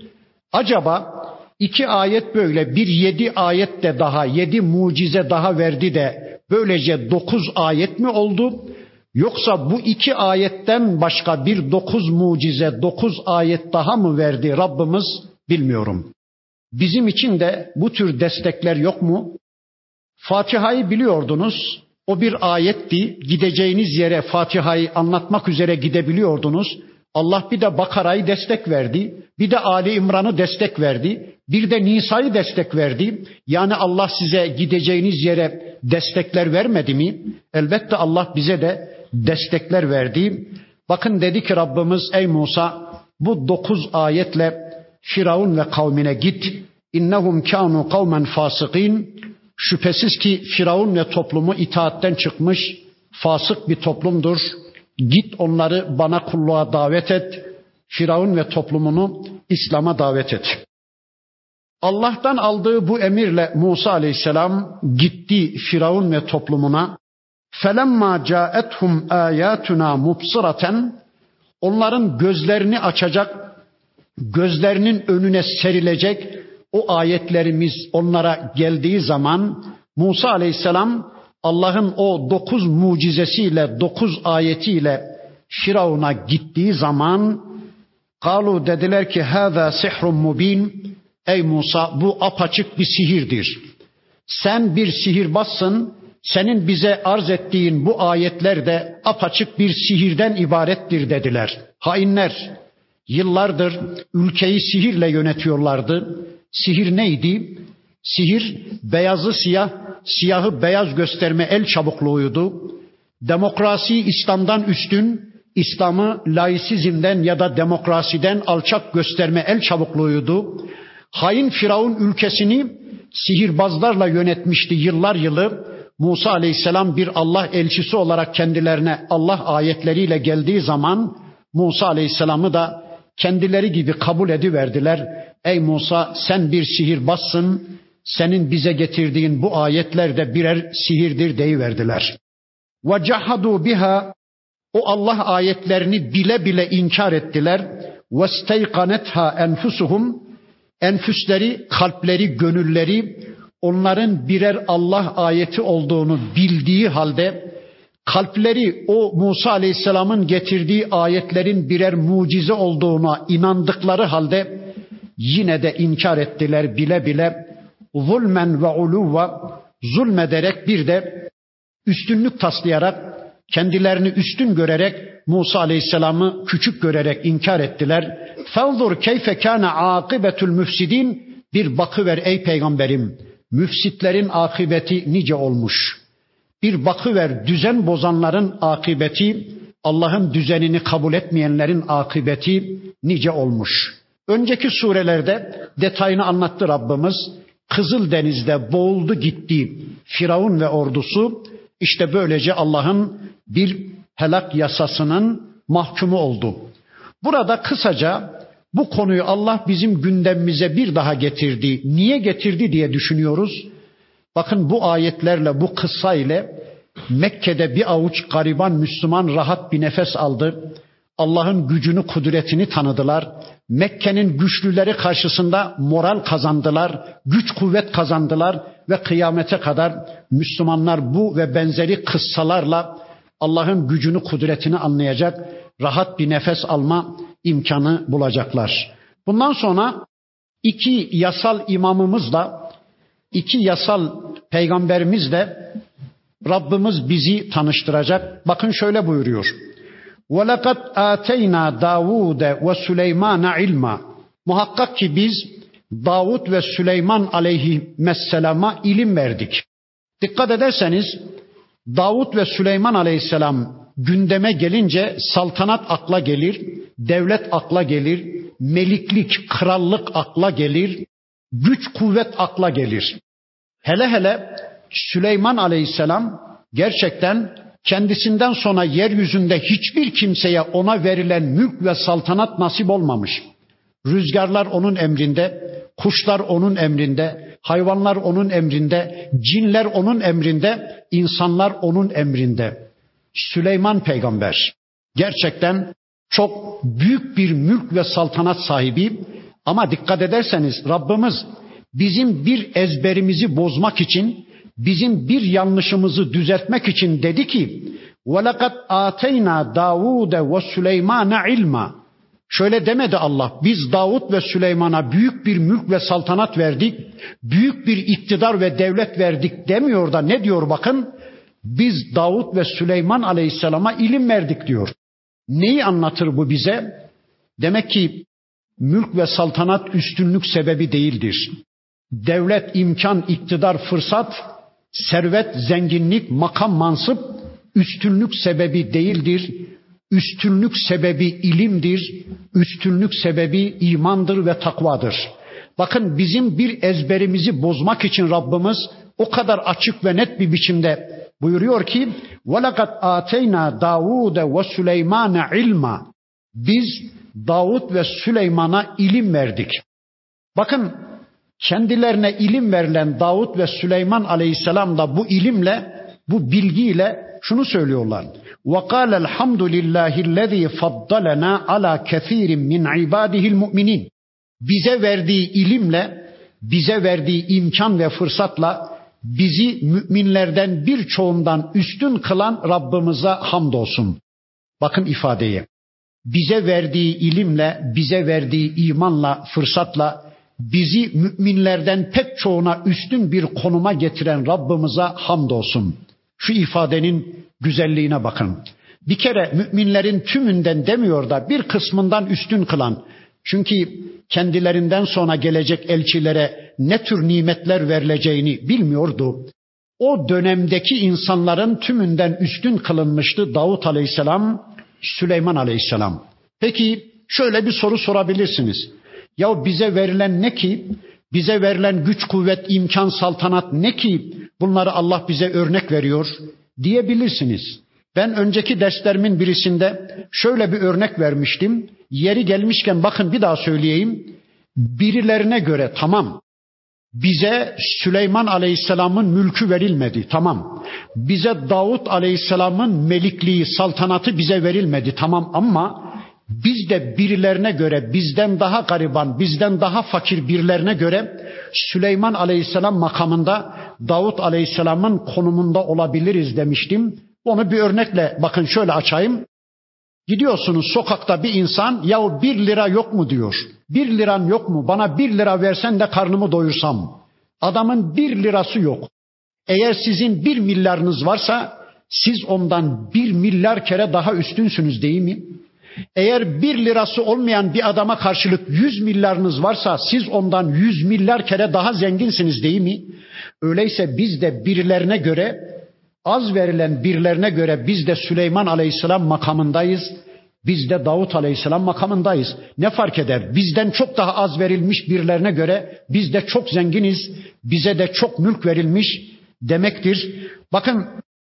Acaba iki ayet böyle, bir yedi ayet de daha, yedi mucize daha verdi de böylece dokuz ayet mi oldu? Yoksa bu iki ayetten başka bir dokuz mucize, dokuz ayet daha mı verdi Rabbimiz bilmiyorum. Bizim için de bu tür destekler yok mu? Fatiha'yı biliyordunuz. O bir ayetti. Gideceğiniz yere Fatiha'yı anlatmak üzere gidebiliyordunuz. Allah bir de Bakara'yı destek verdi. Bir de Ali İmran'ı destek verdi. Bir de Nisa'yı destek verdi. Yani Allah size gideceğiniz yere destekler vermedi mi? Elbette Allah bize de destekler verdi. Bakın dedi ki Rabbimiz ey Musa, bu dokuz ayetle Firavun ve kavmine git. İnnehum kânû kavmen fâsıkîn. Şüphesiz ki Firavun ve toplumu itaatten çıkmış fasık bir toplumdur. Git onları bana kulluğa davet et. Firavun ve toplumunu İslam'a davet et. Allah'tan aldığı bu emirle Musa Aleyhisselam gitti Firavun ve toplumuna. فَلَمَّا جَاءَتْهُمْ آيَاتُنَا مُبْصِرَةً. Onların gözlerini açacak, gözlerinin önüne serilecek o ayetlerimiz onlara geldiği zaman Musa Aleyhisselam Allah'ın o dokuz mucizesiyle, dokuz ayetiyle Firavun'a gittiği zaman kalu dediler ki hâzâ sihrun mubin. Ey Musa, bu apaçık bir sihirdir. Sen bir sihirbazsın. Senin bize arz ettiğin bu ayetler de apaçık bir sihirden ibarettir dediler. Hainler yıllardır ülkeyi sihirle yönetiyorlardı. Sihir neydi? Sihir beyazı siyah, siyahı beyaz gösterme el çabukluğuydu. Demokrasi İslam'dan üstün, İslam'ı laisizmden ya da demokrasiden alçak gösterme el çabukluğuydu. Hain Firavun ülkesini sihirbazlarla yönetmişti yıllar yılı. Musa Aleyhisselam bir Allah elçisi olarak kendilerine Allah ayetleriyle geldiği zaman Musa Aleyhisselam'ı da kendileri gibi kabul ediverdiler. Ey Musa, sen bir sihirbazsın, senin bize getirdiğin bu ayetler de birer sihirdir deyiverdiler. وَجَحَدُوا biha, o Allah ayetlerini bile bile inkar ettiler. وَاسْتَيْقَنَتْهَا enfusuhum, enfüsleri, kalpleri, gönülleri onların birer Allah ayeti olduğunu bildiği halde, kalpleri o Musa Aleyhisselam'ın getirdiği ayetlerin birer mucize olduğuna inandıkları halde yine de inkar ettiler bile bile. Zulmen ve uluva, zulmederek bir de üstünlük taslayarak, kendilerini üstün görerek Musa Aleyhisselam'ı küçük görerek inkar ettiler. Fenzur keyfe kâne âkıbetul müfsidin, bir bakıver ey peygamberim, müfsitlerin akıbeti nice olmuş. Bir bakıver düzen bozanların akıbeti, Allah'ın düzenini kabul etmeyenlerin akıbeti nice olmuş. Önceki surelerde detayını anlattı Rabbimiz. Kızıldeniz'de boğuldu gitti Firavun ve ordusu. İşte böylece Allah'ın bir helak yasasının mahkumu oldu. Burada kısaca bu konuyu Allah bizim gündemimize bir daha getirdi. Niye getirdi diye düşünüyoruz. Bakın bu ayetlerle, bu kıssa ile Mekke'de bir avuç gariban Müslüman rahat bir nefes aldı. Allah'ın gücünü, kudretini tanıdılar. Mekke'nin güçlüleri karşısında moral kazandılar, güç kuvvet kazandılar ve kıyamete kadar Müslümanlar bu ve benzeri kıssalarla Allah'ın gücünü, kudretini anlayacak, rahat bir nefes alma imkanı bulacaklar. Bundan sonra iki yasal imamımızla, iki yasal peygamberimizle Rabbimiz bizi tanıştıracak. Bakın şöyle buyuruyor. وَلَقَدْ آتَيْنَا دَاوُودَ وَسُلَيْمَانَ عِلْمًا Muhakkak ki biz Davud ve Süleyman aleyhisselama ilim verdik. Dikkat ederseniz Davud ve Süleyman aleyhisselam gündeme gelince saltanat akla gelir, devlet akla gelir, meliklik, krallık akla gelir, güç kuvvet akla gelir. Hele hele Süleyman aleyhisselam gerçekten kendisinden sonra yeryüzünde hiçbir kimseye ona verilen mülk ve saltanat nasip olmamış. Rüzgarlar onun emrinde, kuşlar onun emrinde, hayvanlar onun emrinde, cinler onun emrinde, insanlar onun emrinde. Süleyman peygamber gerçekten çok büyük bir mülk ve saltanat sahibi ama dikkat ederseniz Rabbimiz bizim bir ezberimizi bozmak için, bizim bir yanlışımızı düzeltmek için dedi ki وَلَقَدْ آتَيْنَا دَاوُودَ وَسُلَيْمَانَ عِلْمًا Şöyle demedi Allah, biz Davud ve Süleyman'a büyük bir mülk ve saltanat verdik, büyük bir iktidar ve devlet verdik demiyor da ne diyor bakın? Biz Davud ve Süleyman aleyhisselama ilim verdik diyor. Neyi anlatır bu bize? Demek ki mülk ve saltanat üstünlük sebebi değildir. Devlet, imkan, iktidar, fırsat, servet, zenginlik, makam, mansıp üstünlük sebebi değildir. Üstünlük sebebi ilimdir. Üstünlük sebebi imandır ve takvadır. Bakın bizim bir ezberimizi bozmak için Rabbimiz o kadar açık ve net bir biçimde buyuruyor ki وَلَقَدْ آتَيْنَا دَاوُودَ وَسُلَيْمَانَ عِلْمًا Biz Davud ve Süleyman'a ilim verdik. Bakın kendilerine ilim verilen Davud ve Süleyman aleyhisselam da bu ilimle, bu bilgiyle şunu söylüyorlar. وَقَالَ الْحَمْدُ لِلّٰهِ الَّذ۪ي فَضَّلَنَا عَلَى كَثِيرٍ مِنْ عِبَادِهِ الْمُؤْمِنِينَ Bize verdiği ilimle, bize verdiği imkan ve fırsatla bizi müminlerden birçoğundan üstün kılan Rabbimize hamdolsun. Bakın ifadeye. Bize verdiği ilimle, bize verdiği imanla, fırsatla bizi müminlerden pek çoğuna üstün bir konuma getiren Rabbimize hamdolsun. Şu ifadenin güzelliğine bakın. Bir kere müminlerin tümünden demiyor da bir kısmından üstün kılan. Çünkü kendilerinden sonra gelecek elçilere ne tür nimetler verileceğini bilmiyordu. O dönemdeki insanların tümünden üstün kılınmıştı Davut aleyhisselam, Süleyman aleyhisselam. Peki şöyle bir soru sorabilirsiniz. Ya bize verilen ne ki? Bize verilen güç, kuvvet, imkan, saltanat ne ki? Bunları Allah bize örnek veriyor diyebilirsiniz. Ben önceki derslerimin birisinde şöyle bir örnek vermiştim. Yeri gelmişken bakın bir daha söyleyeyim. Birilerine göre tamam, bize Süleyman aleyhisselamın mülkü verilmedi, tamam. Bize Davud aleyhisselamın melikliği, saltanatı bize verilmedi, tamam, ama biz de birilerine göre, bizden daha gariban, bizden daha fakir birilerine göre Süleyman aleyhisselam makamında, Davud aleyhisselamın konumunda olabiliriz demiştim. Onu bir örnekle bakın şöyle açayım. Gidiyorsunuz sokakta bir insan, yahu bir lira yok mu diyor. Bir liran yok mu? Bana bir lira versen de karnımı doyursam. Adamın bir lirası yok. Eğer sizin bir milyarınız varsa siz ondan bir milyar kere daha üstünsünüz değil mi? Eğer bir lirası olmayan bir adama karşılık yüz milyarınız varsa siz ondan yüz milyar kere daha zenginsiniz değil mi? Öyleyse biz de birilerine göre, az verilen birilerine göre biz de Süleyman aleyhisselam makamındayız. Biz de Davut aleyhisselam makamındayız. Ne fark eder? Bizden çok daha az verilmiş birilerine göre biz de çok zenginiz. Bize de çok mülk verilmiş demektir. Bakın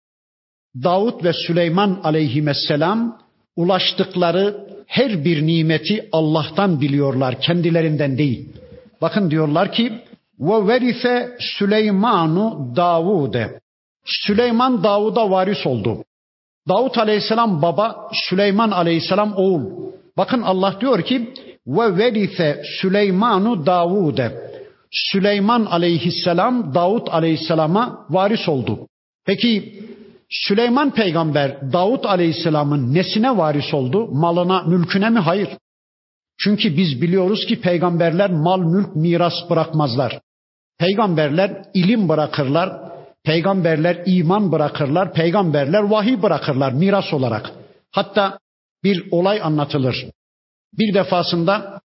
Davut ve Süleyman aleyhisselam ulaştıkları her bir nimeti Allah'tan biliyorlar, kendilerinden değil. Bakın diyorlar ki وَوَرِثَ Süleymanu Davude Süleyman Davud'a varis oldu. Davut aleyhisselam baba, Süleyman aleyhisselam oğul. Bakın Allah diyor ki ve verise Süleymanu Davude. Süleyman aleyhisselam Davut aleyhisselama varis oldu. Peki Süleyman peygamber Davut aleyhisselamın nesine varis oldu? Malına, mülküne mi? Hayır. Çünkü biz biliyoruz ki peygamberler mal, mülk, miras bırakmazlar. Peygamberler ilim bırakırlar. Peygamberler iman bırakırlar. Peygamberler vahiy bırakırlar miras olarak. Hatta bir olay anlatılır. Bir defasında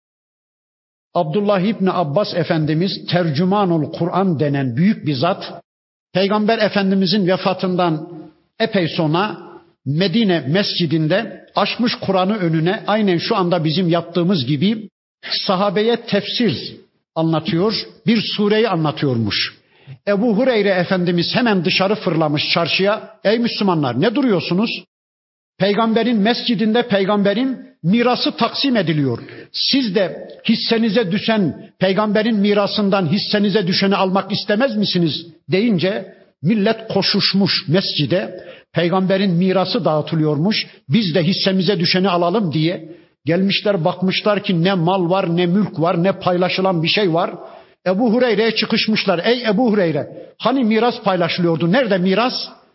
Abdullah İbni Abbas Efendimiz Tercümanul Kur'an denen büyük bir zat, Peygamber Efendimizin vefatından epey sonra Medine mescidinde açmış Kur'an'ı önüne, aynen şu anda bizim yaptığımız gibi sahabeye tefsir anlatıyor, bir sureyi anlatıyormuş. Ebu Hureyre Efendimiz hemen dışarı fırlamış çarşıya. Ey Müslümanlar, ne duruyorsunuz? Peygamberin mescidinde peygamberin mirası taksim ediliyor. Siz de hissenize düşen, peygamberin mirasından hissenize düşeni almak istemez misiniz deyince millet koşuşmuş mescide, peygamberin mirası dağıtılıyormuş. Biz de hissemize düşeni alalım diye gelmişler, bakmışlar ki ne mal var, ne mülk var, ne paylaşılan bir şey var. Ebu Hureyre'ye çıkışmışlar. Ey Ebu Hureyre, hani miras paylaşılıyordu? Nerede miras?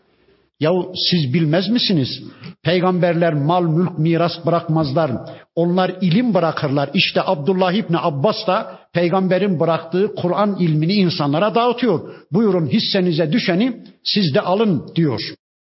Yahu siz bilmez misiniz? Peygamberler mal, mülk, miras bırakmazlar. Onlar ilim bırakırlar. İşte Abdullah İbni Abbas da peygamberin bıraktığı Kur'an ilmini insanlara dağıtıyor. Buyurun hissenize düşeni siz de alın diyor.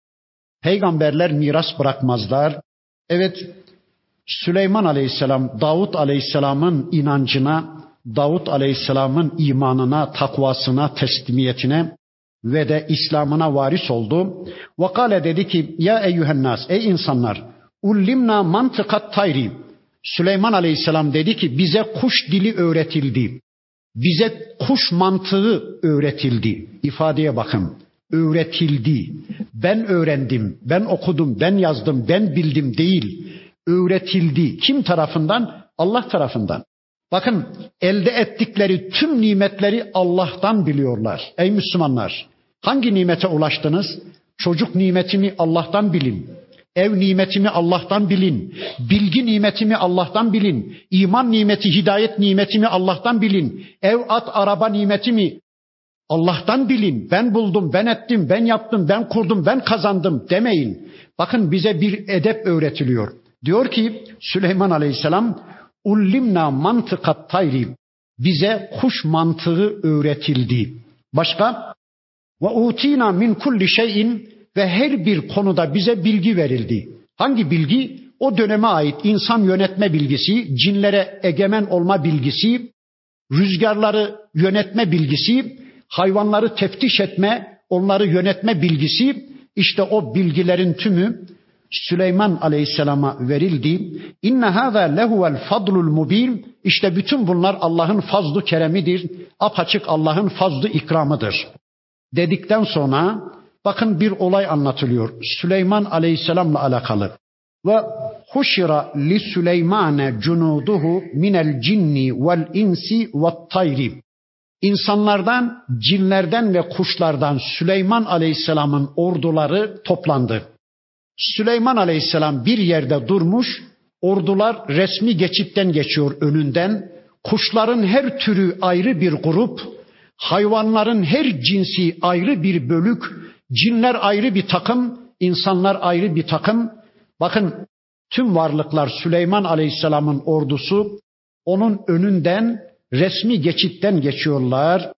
Peygamberler miras bırakmazlar. Evet, Süleyman Aleyhisselam, Davut Aleyhisselam'ın inancına, Davut Aleyhisselam'ın imanına, takvasına, teslimiyetine ve de İslam'ına varis oldu. Vakale dedi ki ya eyyühennas, ey insanlar, ullimna mantıkat tayri. Süleyman Aleyhisselam dedi ki bize kuş dili öğretildi. Bize kuş mantığı öğretildi. İfadeye bakın. Öğretildi. Ben öğrendim, ben okudum, ben yazdım, ben bildim değil. Öğretildi. Kim tarafından? Allah tarafından. Bakın, elde ettikleri tüm nimetleri Allah'tan biliyorlar. Ey Müslümanlar, hangi nimete ulaştınız? Çocuk nimetimi Allah'tan bilin. Ev nimetimi Allah'tan bilin. Bilgi nimetimi Allah'tan bilin. İman nimeti, hidayet nimetimi Allah'tan bilin. Ev, at, araba nimetimi Allah'tan bilin. Ben buldum, ben ettim, ben yaptım, ben kurdum, ben kazandım demeyin. Bakın bize bir edep öğretiliyor. Diyor ki Süleyman Aleyhisselam, ullimna mantıkat tayri. Bize kuş mantığı öğretildi. Başka? Ve utina min kulli şeyin, ve her bir konuda bize bilgi verildi. Hangi bilgi? O döneme ait insan yönetme bilgisi, cinlere egemen olma bilgisi, rüzgarları yönetme bilgisi, hayvanları teftiş etme, onları yönetme bilgisi. İşte o bilgilerin tümü Süleyman Aleyhisselam'a verildi. İnne hâzâ lehuvel fadlul mubin. İşte bütün bunlar Allah'ın fazl-ı keremidir. Apaçık Allah'ın fazl-ı ikramıdır. Dedikten sonra bakın bir olay anlatılıyor. Süleyman Aleyhisselam'la alakalı. Ve huşira li Süleymane cunuduhu minel cinni vel insi vet tayri. İnsanlardan, cinlerden ve kuşlardan Süleyman Aleyhisselam'ın orduları toplandı. Süleyman Aleyhisselam bir yerde durmuş, ordular resmi geçitten geçiyor önünden. Kuşların her türü ayrı bir grup, hayvanların her cinsi ayrı bir bölük, cinler ayrı bir takım, insanlar ayrı bir takım. Bakın tüm varlıklar Süleyman Aleyhisselam'ın ordusu, onun önünden resmi geçitten geçiyorlar.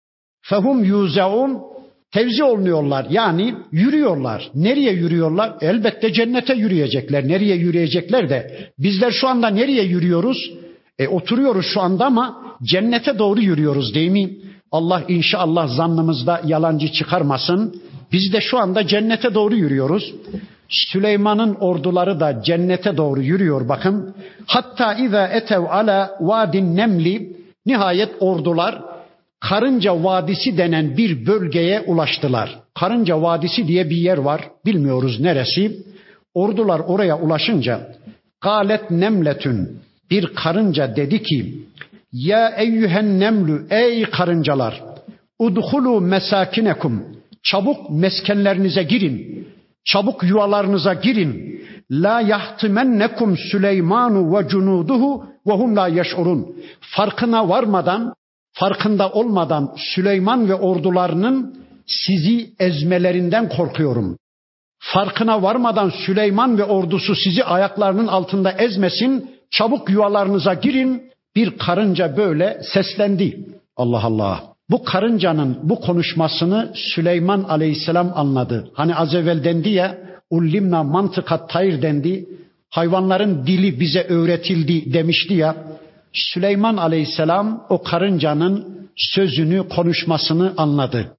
Fehum yuzaun, tevzi olmuyorlar, yani yürüyorlar. Nereye yürüyorlar? Elbette cennete yürüyecekler. Nereye yürüyecekler de bizler şu anda nereye yürüyoruz? E, oturuyoruz şu anda ama cennete doğru yürüyoruz değil mi? Allah inşallah zannımızda yalancı çıkarmasın. Biz de şu anda cennete doğru yürüyoruz. Süleyman'ın orduları da cennete doğru yürüyor bakın. Hatta iza etev ala vadin nemli, nihayet ordular Karınca Vadisi denen bir bölgeye ulaştılar. Karınca Vadisi diye bir yer var. Bilmiyoruz neresi. Ordular oraya ulaşınca galet nemletün, bir karınca dedi ki ya eyyühen nemlü, ey karıncalar, udhulu mesakinekum, çabuk meskenlerinize girin. çabuk yuvalarınıza girin. La yahtimennekum Süleymanu ve cunuduhu ve hum la yeş'urun. Farkına varmadan, farkında olmadan Süleyman ve ordularının sizi ezmelerinden korkuyorum. Farkına varmadan Süleyman ve ordusu sizi ayaklarının altında ezmesin. Çabuk yuvalarınıza girin. Bir karınca böyle seslendi. Allah Allah. Bu karıncanın bu konuşmasını Süleyman Aleyhisselam anladı. Hani az evvel dendi ya, ullimna mantıkat tayr dendi. Hayvanların dili bize öğretildi demişti ya. Süleyman Aleyhisselam o karıncanın sözünü, konuşmasını anladı.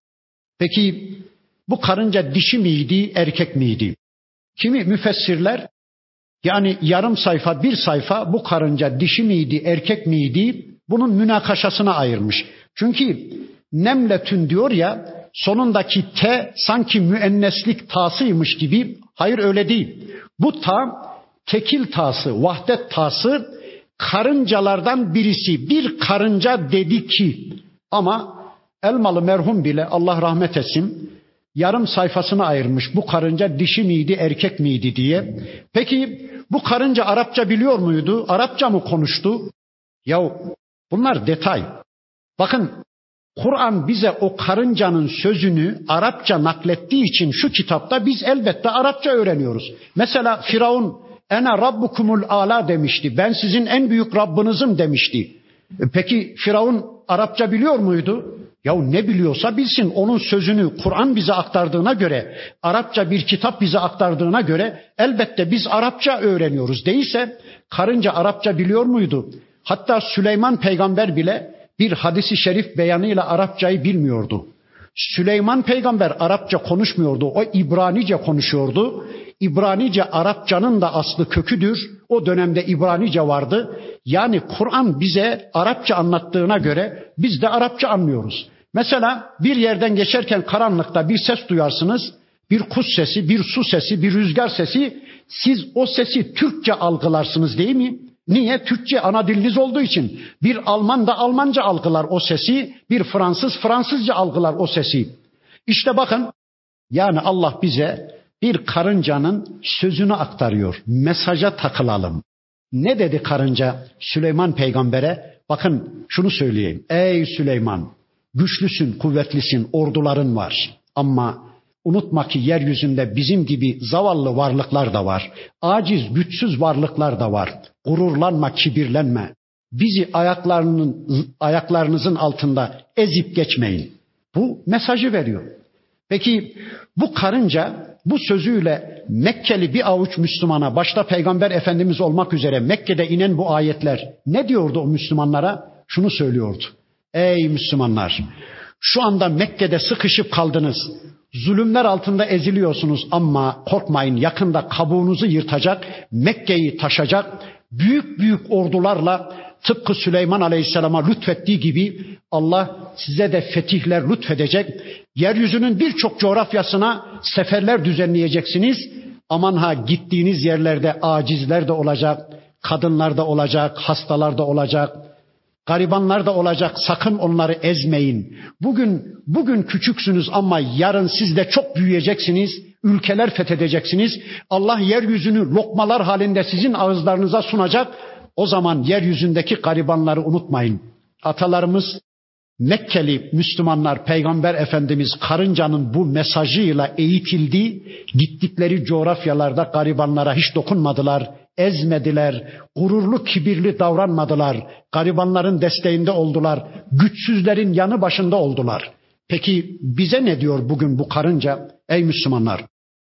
Peki bu karınca dişi miydi, erkek miydi? Kimi müfessirler, yani yarım sayfa, bir sayfa bu karınca dişi miydi, erkek miydi? Bunun münakaşasına ayırmış. Çünkü nemletün diyor ya, sonundaki T sanki müenneslik tasıymış gibi. Hayır, öyle değil. Bu ta tekil tası, vahdet tası, karıncalardan birisi. Bir karınca dedi ki, ama Elmalı merhum bile Allah rahmet etsin yarım sayfasını ayırmış. Bu karınca dişi miydi, erkek miydi diye. Peki bu karınca Arapça biliyor muydu? Arapça mı konuştu? Ya bunlar detay. Bakın, Kur'an bize o karıncanın sözünü Arapça naklettiği için şu kitapta biz elbette Arapça öğreniyoruz. Mesela Firavun ene rabbukumul ala demişti. Ben sizin en büyük Rabbinizim demişti. Peki Firavun Arapça biliyor muydu? Yahu ne biliyorsa bilsin, onun sözünü Kur'an bize aktardığına göre, Arapça bir kitap bize aktardığına göre elbette biz Arapça öğreniyoruz. Değilse karınca Arapça biliyor muydu? Hatta Süleyman peygamber bile bir hadisi şerif beyanıyla Arapçayı bilmiyordu. Süleyman peygamber Arapça konuşmuyordu. O İbranice konuşuyordu. İbranice Arapçanın da aslı köküdür. O dönemde İbranice vardı. Yani Kur'an bize Arapça anlattığına göre biz de Arapça anlıyoruz. Mesela bir yerden geçerken karanlıkta bir ses duyarsınız. Bir kuş sesi, bir su sesi, bir rüzgar sesi. Siz o sesi Türkçe algılarsınız değil mi? Niye? Türkçe ana diliniz olduğu için. Bir Alman da Almanca algılar o sesi, bir Fransız Fransızca algılar o sesi. İşte bakın, yani Allah bize bir karıncanın sözünü aktarıyor. Mesaja takılalım. Ne dedi karınca Süleyman peygambere? Bakın şunu söyleyeyim. Ey Süleyman, güçlüsün, kuvvetlisin, orduların var. Ama unutma ki yeryüzünde bizim gibi zavallı varlıklar da var. Aciz, güçsüz varlıklar da var. Gururlanma, kibirlenme. Bizi ayaklarının, ayaklarınızın altında ezip geçmeyin. Bu mesajı veriyor. Peki bu karınca bu sözüyle Mekkeli bir avuç Müslümana, başta Peygamber Efendimiz olmak üzere Mekke'de inen bu ayetler ne diyordu o Müslümanlara? Şunu söylüyordu. Ey Müslümanlar, şu anda Mekke'de sıkışıp kaldınız. Zulümler altında eziliyorsunuz ama korkmayın, yakında kabuğunuzu yırtacak, Mekke'yi taşacak büyük büyük ordularla, tıpkı Süleyman Aleyhisselam'a lütfettiği gibi Allah size de fetihler lütfedecek. Yeryüzünün birçok coğrafyasına seferler düzenleyeceksiniz. Aman ha, gittiğiniz yerlerde acizler de olacak, kadınlar da olacak, hastalar da olacak, garibanlar da olacak. Sakın onları ezmeyin. Bugün bugün küçüksünüz ama yarın siz de çok büyüyeceksiniz. Ülkeler fethedeceksiniz. Allah yeryüzünü lokmalar halinde sizin ağızlarınıza sunacak. O zaman yeryüzündeki garibanları unutmayın. Atalarımız Mekkeli Müslümanlar, Peygamber Efendimiz karıncanın bu mesajıyla eğitildi. Gittikleri coğrafyalarda garibanlara hiç dokunmadılar, ezmediler, gururlu, kibirli davranmadılar. Garibanların desteğinde oldular, güçsüzlerin yanı başında oldular. Peki bize ne diyor bugün bu karınca? Ey Müslümanlar,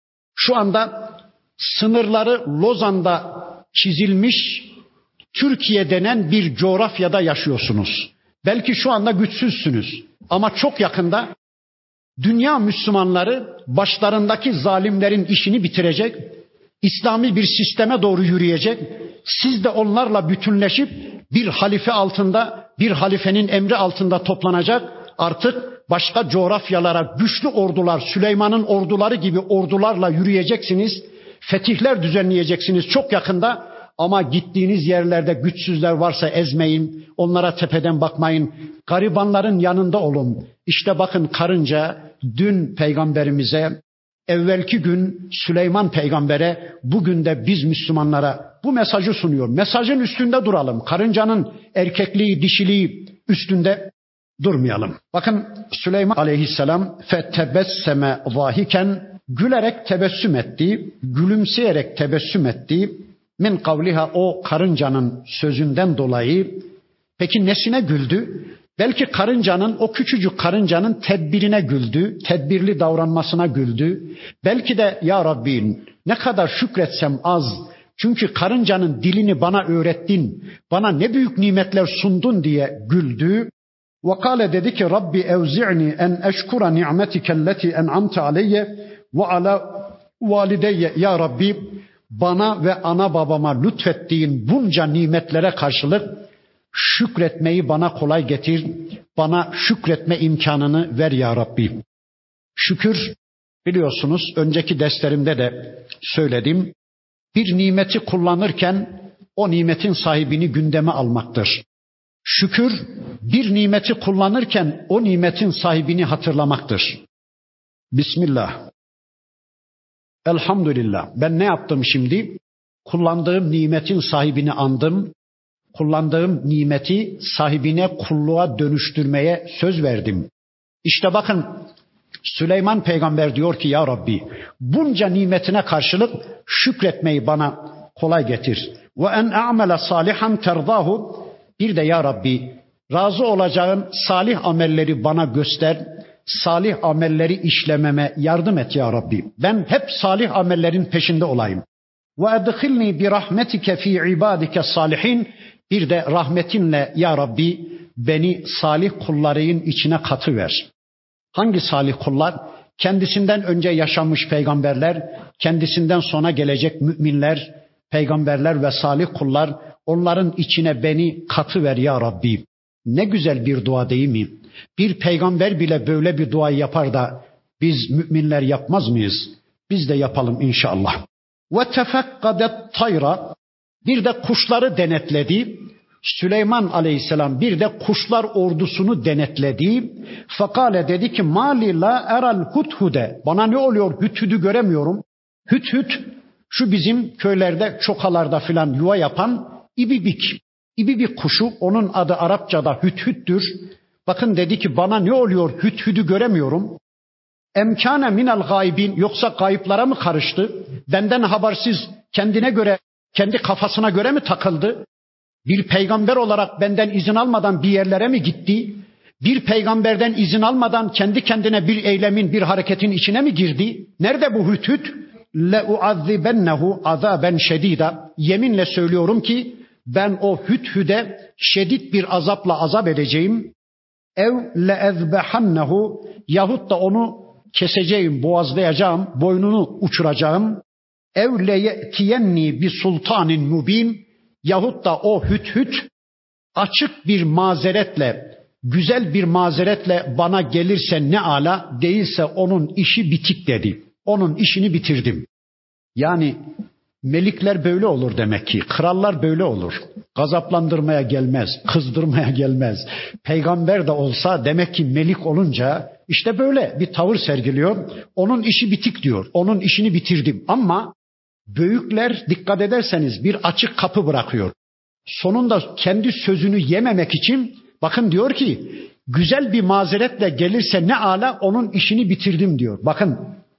şu anda sınırları Lozan'da çizilmiş Türkiye denen bir coğrafyada yaşıyorsunuz. Belki şu anda güçsüzsünüz ama çok yakında dünya Müslümanları başlarındaki zalimlerin işini bitirecek, İslami bir sisteme doğru yürüyecek. Siz de onlarla bütünleşip bir halife altında, bir halifenin emri altında toplanacak. Artık başka coğrafyalara güçlü ordular, Süleyman'ın orduları gibi ordularla yürüyeceksiniz. Fetihler düzenleyeceksiniz çok yakında. Ama gittiğiniz yerlerde güçsüzler varsa ezmeyin, onlara tepeden bakmayın, garibanların yanında olun. İşte bakın karınca dün peygamberimize evvelki gün Süleyman peygambere, bugün de biz Müslümanlara bu mesajı sunuyor. Mesajın üstünde duralım. Karıncanın erkekliği, dişiliği üstünde durmayalım. Bakın Süleyman aleyhisselam fetebesseme zahiken, gülerek tebessüm etti, gülümseyerek tebessüm etti. Min kavliha, o karıncanın sözünden dolayı. Peki nesine güldü? Belki karıncanın, o küçücük karıncanın tedbirine güldü, tedbirli davranmasına güldü. Belki de ya Rabbi ne kadar şükretsem az. Çünkü karıncanın dilini bana öğrettin, bana ne büyük nimetler sundun diye güldü. وَقَالَ dedi ki Rabbi evzi'ni en eşkura ni'metikelleti en'amte aleyye ve ala valideyye. Ya Rabbi bana ve ana babama lütfettiğin bunca nimetlere karşılık şükretmeyi bana kolay getir. Bana şükretme imkanını ver ya Rabbi. Şükür, biliyorsunuz önceki derslerimde de söyledim. Bir nimeti kullanırken o nimetin sahibini gündeme almaktır. Şükür, bir nimeti kullanırken o nimetin sahibini hatırlamaktır. Bismillah. Elhamdülillah. Ben ne yaptım şimdi? Kullandığım nimetin sahibini andım. Kullandığım nimeti sahibine, kulluğa dönüştürmeye söz verdim. İşte bakın Süleyman peygamber diyor ki ya Rabbi bunca nimetine karşılık şükretmeyi bana kolay getir. Ve en a'mele salihan terdahu. Bir de ya Rabbi razı olacağın salih amelleri bana göster. Salih amelleri işlememe yardım et ya Rabbi. Ben hep salih amellerin peşinde olayım. Ve edkhilni bi rahmetike fi ibadike salihin. Bir de rahmetinle ya Rabbi beni salih kulların içine katıver. Hangi salih kullar? Kendisinden önce yaşamış peygamberler, kendisinden sonra gelecek müminler, peygamberler ve salih kullar, onların içine beni katıver ya Rabbi. Ne güzel bir dua değil mi? Bir peygamber bile böyle bir duayı yapar da biz müminler yapmaz mıyız? Biz de yapalım inşallah. Ve tefekkadet tayra. Bir de kuşları denetledi. Süleyman aleyhisselam bir de kuşlar ordusunu denetledi. Fakale dedi ki mali la eral hudhude. Bana ne oluyor? Hüthüdü göremiyorum. Hüthüd şu bizim köylerde, çokalarda filan yuva yapan ibibik. İbibik kuşu, onun adı Arapçada hüthüddür. Bakın dedi ki bana ne oluyor? Hüthüdü göremiyorum. Emkâne minel gaybin, yoksa gayıplara mı karıştı? Benden habersiz kendine göre, kendi kafasına göre mi takıldı? Bir peygamber olarak benden izin almadan bir yerlere mi gitti? Bir peygamberden izin almadan kendi kendine bir eylemin, bir hareketin içine mi girdi? Nerede bu hüthüd? لَاُعَذِّبَنَّهُ عَذَابًا شَد۪يدًا. Yeminle söylüyorum ki ben o hüthüde şiddet bir azapla azap edeceğim. ev leezbehannehu, yahut da onu keseceğim, boğazlayacağım, boynunu uçuracağım. Ev leyetiyenni bi sultanin mubin, yahut da o hüthüd açık bir mazeretle, güzel bir mazeretle bana gelirse ne ala, değilse onun işi bitik dedi. Onun işini bitirdim. Yani melikler böyle olur demek ki. Krallar böyle olur. Gazaplandırmaya gelmez, kızdırmaya gelmez. Peygamber de olsa demek ki melik olunca işte böyle bir tavır sergiliyor. Onun işi bitik diyor. Onun işini bitirdim. Ama büyükler dikkat ederseniz bir açık kapı bırakıyor. Sonunda kendi sözünü yememek için bakın diyor ki güzel bir mazeretle gelirse ne ala, onun işini bitirdim diyor. Bakın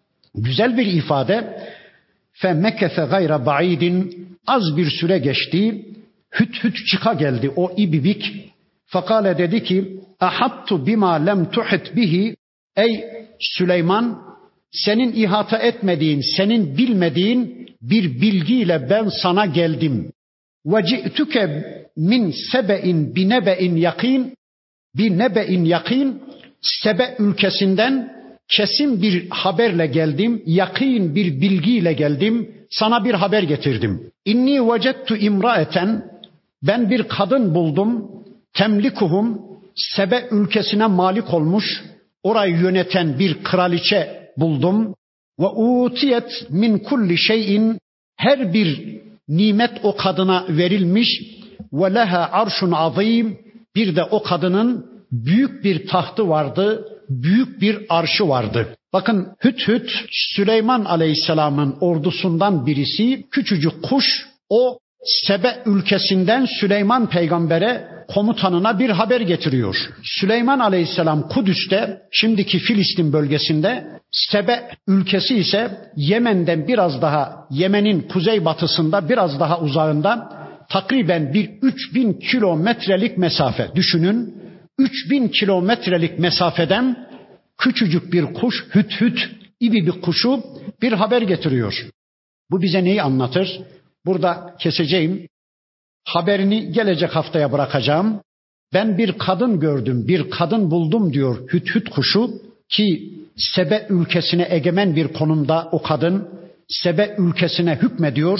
güzel bir ifade. فَمَكَثَ غَيْرَ بَعِيدٍ. Az bir süre geçti. Hüt hüt çıka geldi o ibibik. Fakale dedi ki ahattu bima lem tuhit bihi. Ey Süleyman, senin ihata etmediğin, senin bilmediğin bir bilgiyle ben sana geldim. Ve ci'tuke min sebe'in bi nebe'in yakin. Bi nebe'in yakin. Sebe ülkesinden kesin bir haberle geldim, yakîn bir bilgiyle geldim, sana bir haber getirdim. İnni vecettu imraeten, ben bir kadın buldum, temlikuhum, Sebe ülkesine malik olmuş, orayı yöneten bir kraliçe buldum. Ve utiyet min kulli şeyin, her bir nimet o kadına verilmiş. Ve leha arşun azîm, bir de o kadının büyük bir tahtı vardı, büyük bir arşı vardı. Bakın Hüdhüd Süleyman Aleyhisselam'ın ordusundan birisi, küçücük kuş. O Sebe ülkesinden Süleyman peygambere, komutanına bir haber getiriyor. Süleyman Aleyhisselam Kudüs'te, şimdiki Filistin bölgesinde, Sebe ülkesi ise Yemen'den biraz daha, Yemen'in kuzeybatısında biraz daha uzağında, takriben bir üç bin kilometrelik mesafe. Düşünün, üç bin kilometrelik mesafeden küçücük bir kuş, Hüdhüd gibi bir kuşu bir haber getiriyor. Bu bize neyi anlatır? Burada keseceğim. Haberini gelecek haftaya bırakacağım. Ben bir kadın gördüm, bir kadın buldum diyor Hüdhüd kuşu, ki Sebe ülkesine egemen bir konumda o kadın, Sebe ülkesine hükmediyor.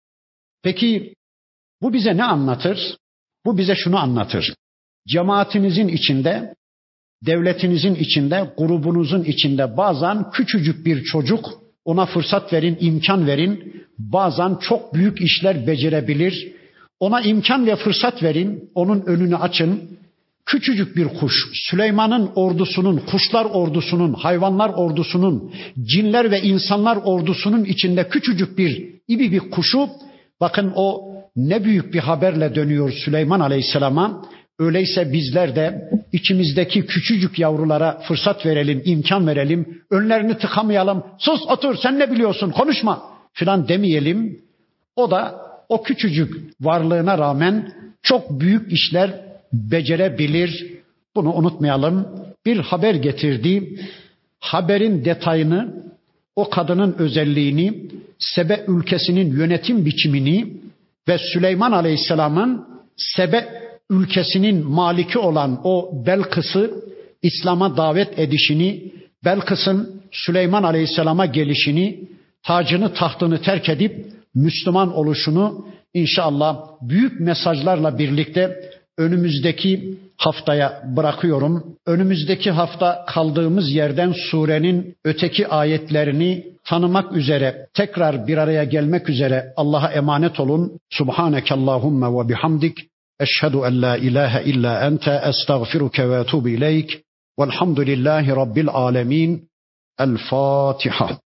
Peki bu bize ne anlatır? Bu bize şunu anlatır. Cemaatinizin içinde, devletinizin içinde, grubunuzun içinde bazen küçücük bir çocuk, ona fırsat verin, imkan verin. Bazen çok büyük işler becerebilir. Ona imkan ve fırsat verin, onun önünü açın. Küçücük bir kuş, Süleyman'ın ordusunun, kuşlar ordusunun, hayvanlar ordusunun, cinler ve insanlar ordusunun içinde küçücük bir ibi bir kuşu, bakın o ne büyük bir haberle dönüyor Süleyman Aleyhisselam'a. Öyleyse bizler de içimizdeki küçücük yavrulara fırsat verelim, imkan verelim. Önlerini tıkamayalım. Sus, otur, sen ne biliyorsun, konuşma filan demeyelim. O da o küçücük varlığına rağmen çok büyük işler becerebilir. Bunu unutmayalım. Bir haber getirdi. Haberin detayını, o kadının özelliğini, Sebe ülkesinin yönetim biçimini ve Süleyman Aleyhisselam'ın Sebe ülkesinin maliki olan o Belkıs'ı İslam'a davet edişini, Belkıs'ın Süleyman Aleyhisselam'a gelişini, tacını tahtını terk edip Müslüman oluşunu inşallah büyük mesajlarla birlikte önümüzdeki haftaya bırakıyorum. Önümüzdeki hafta kaldığımız yerden surenin öteki ayetlerini tanımak üzere, tekrar bir araya gelmek üzere Allah'a emanet olun. Subhanekallahumma ve bihamdik. Eşhedü en la ilahe illa ente estağfiruke ve etûbü ileyk. Velhamdülillahi Rabbil alemin. El Fatiha.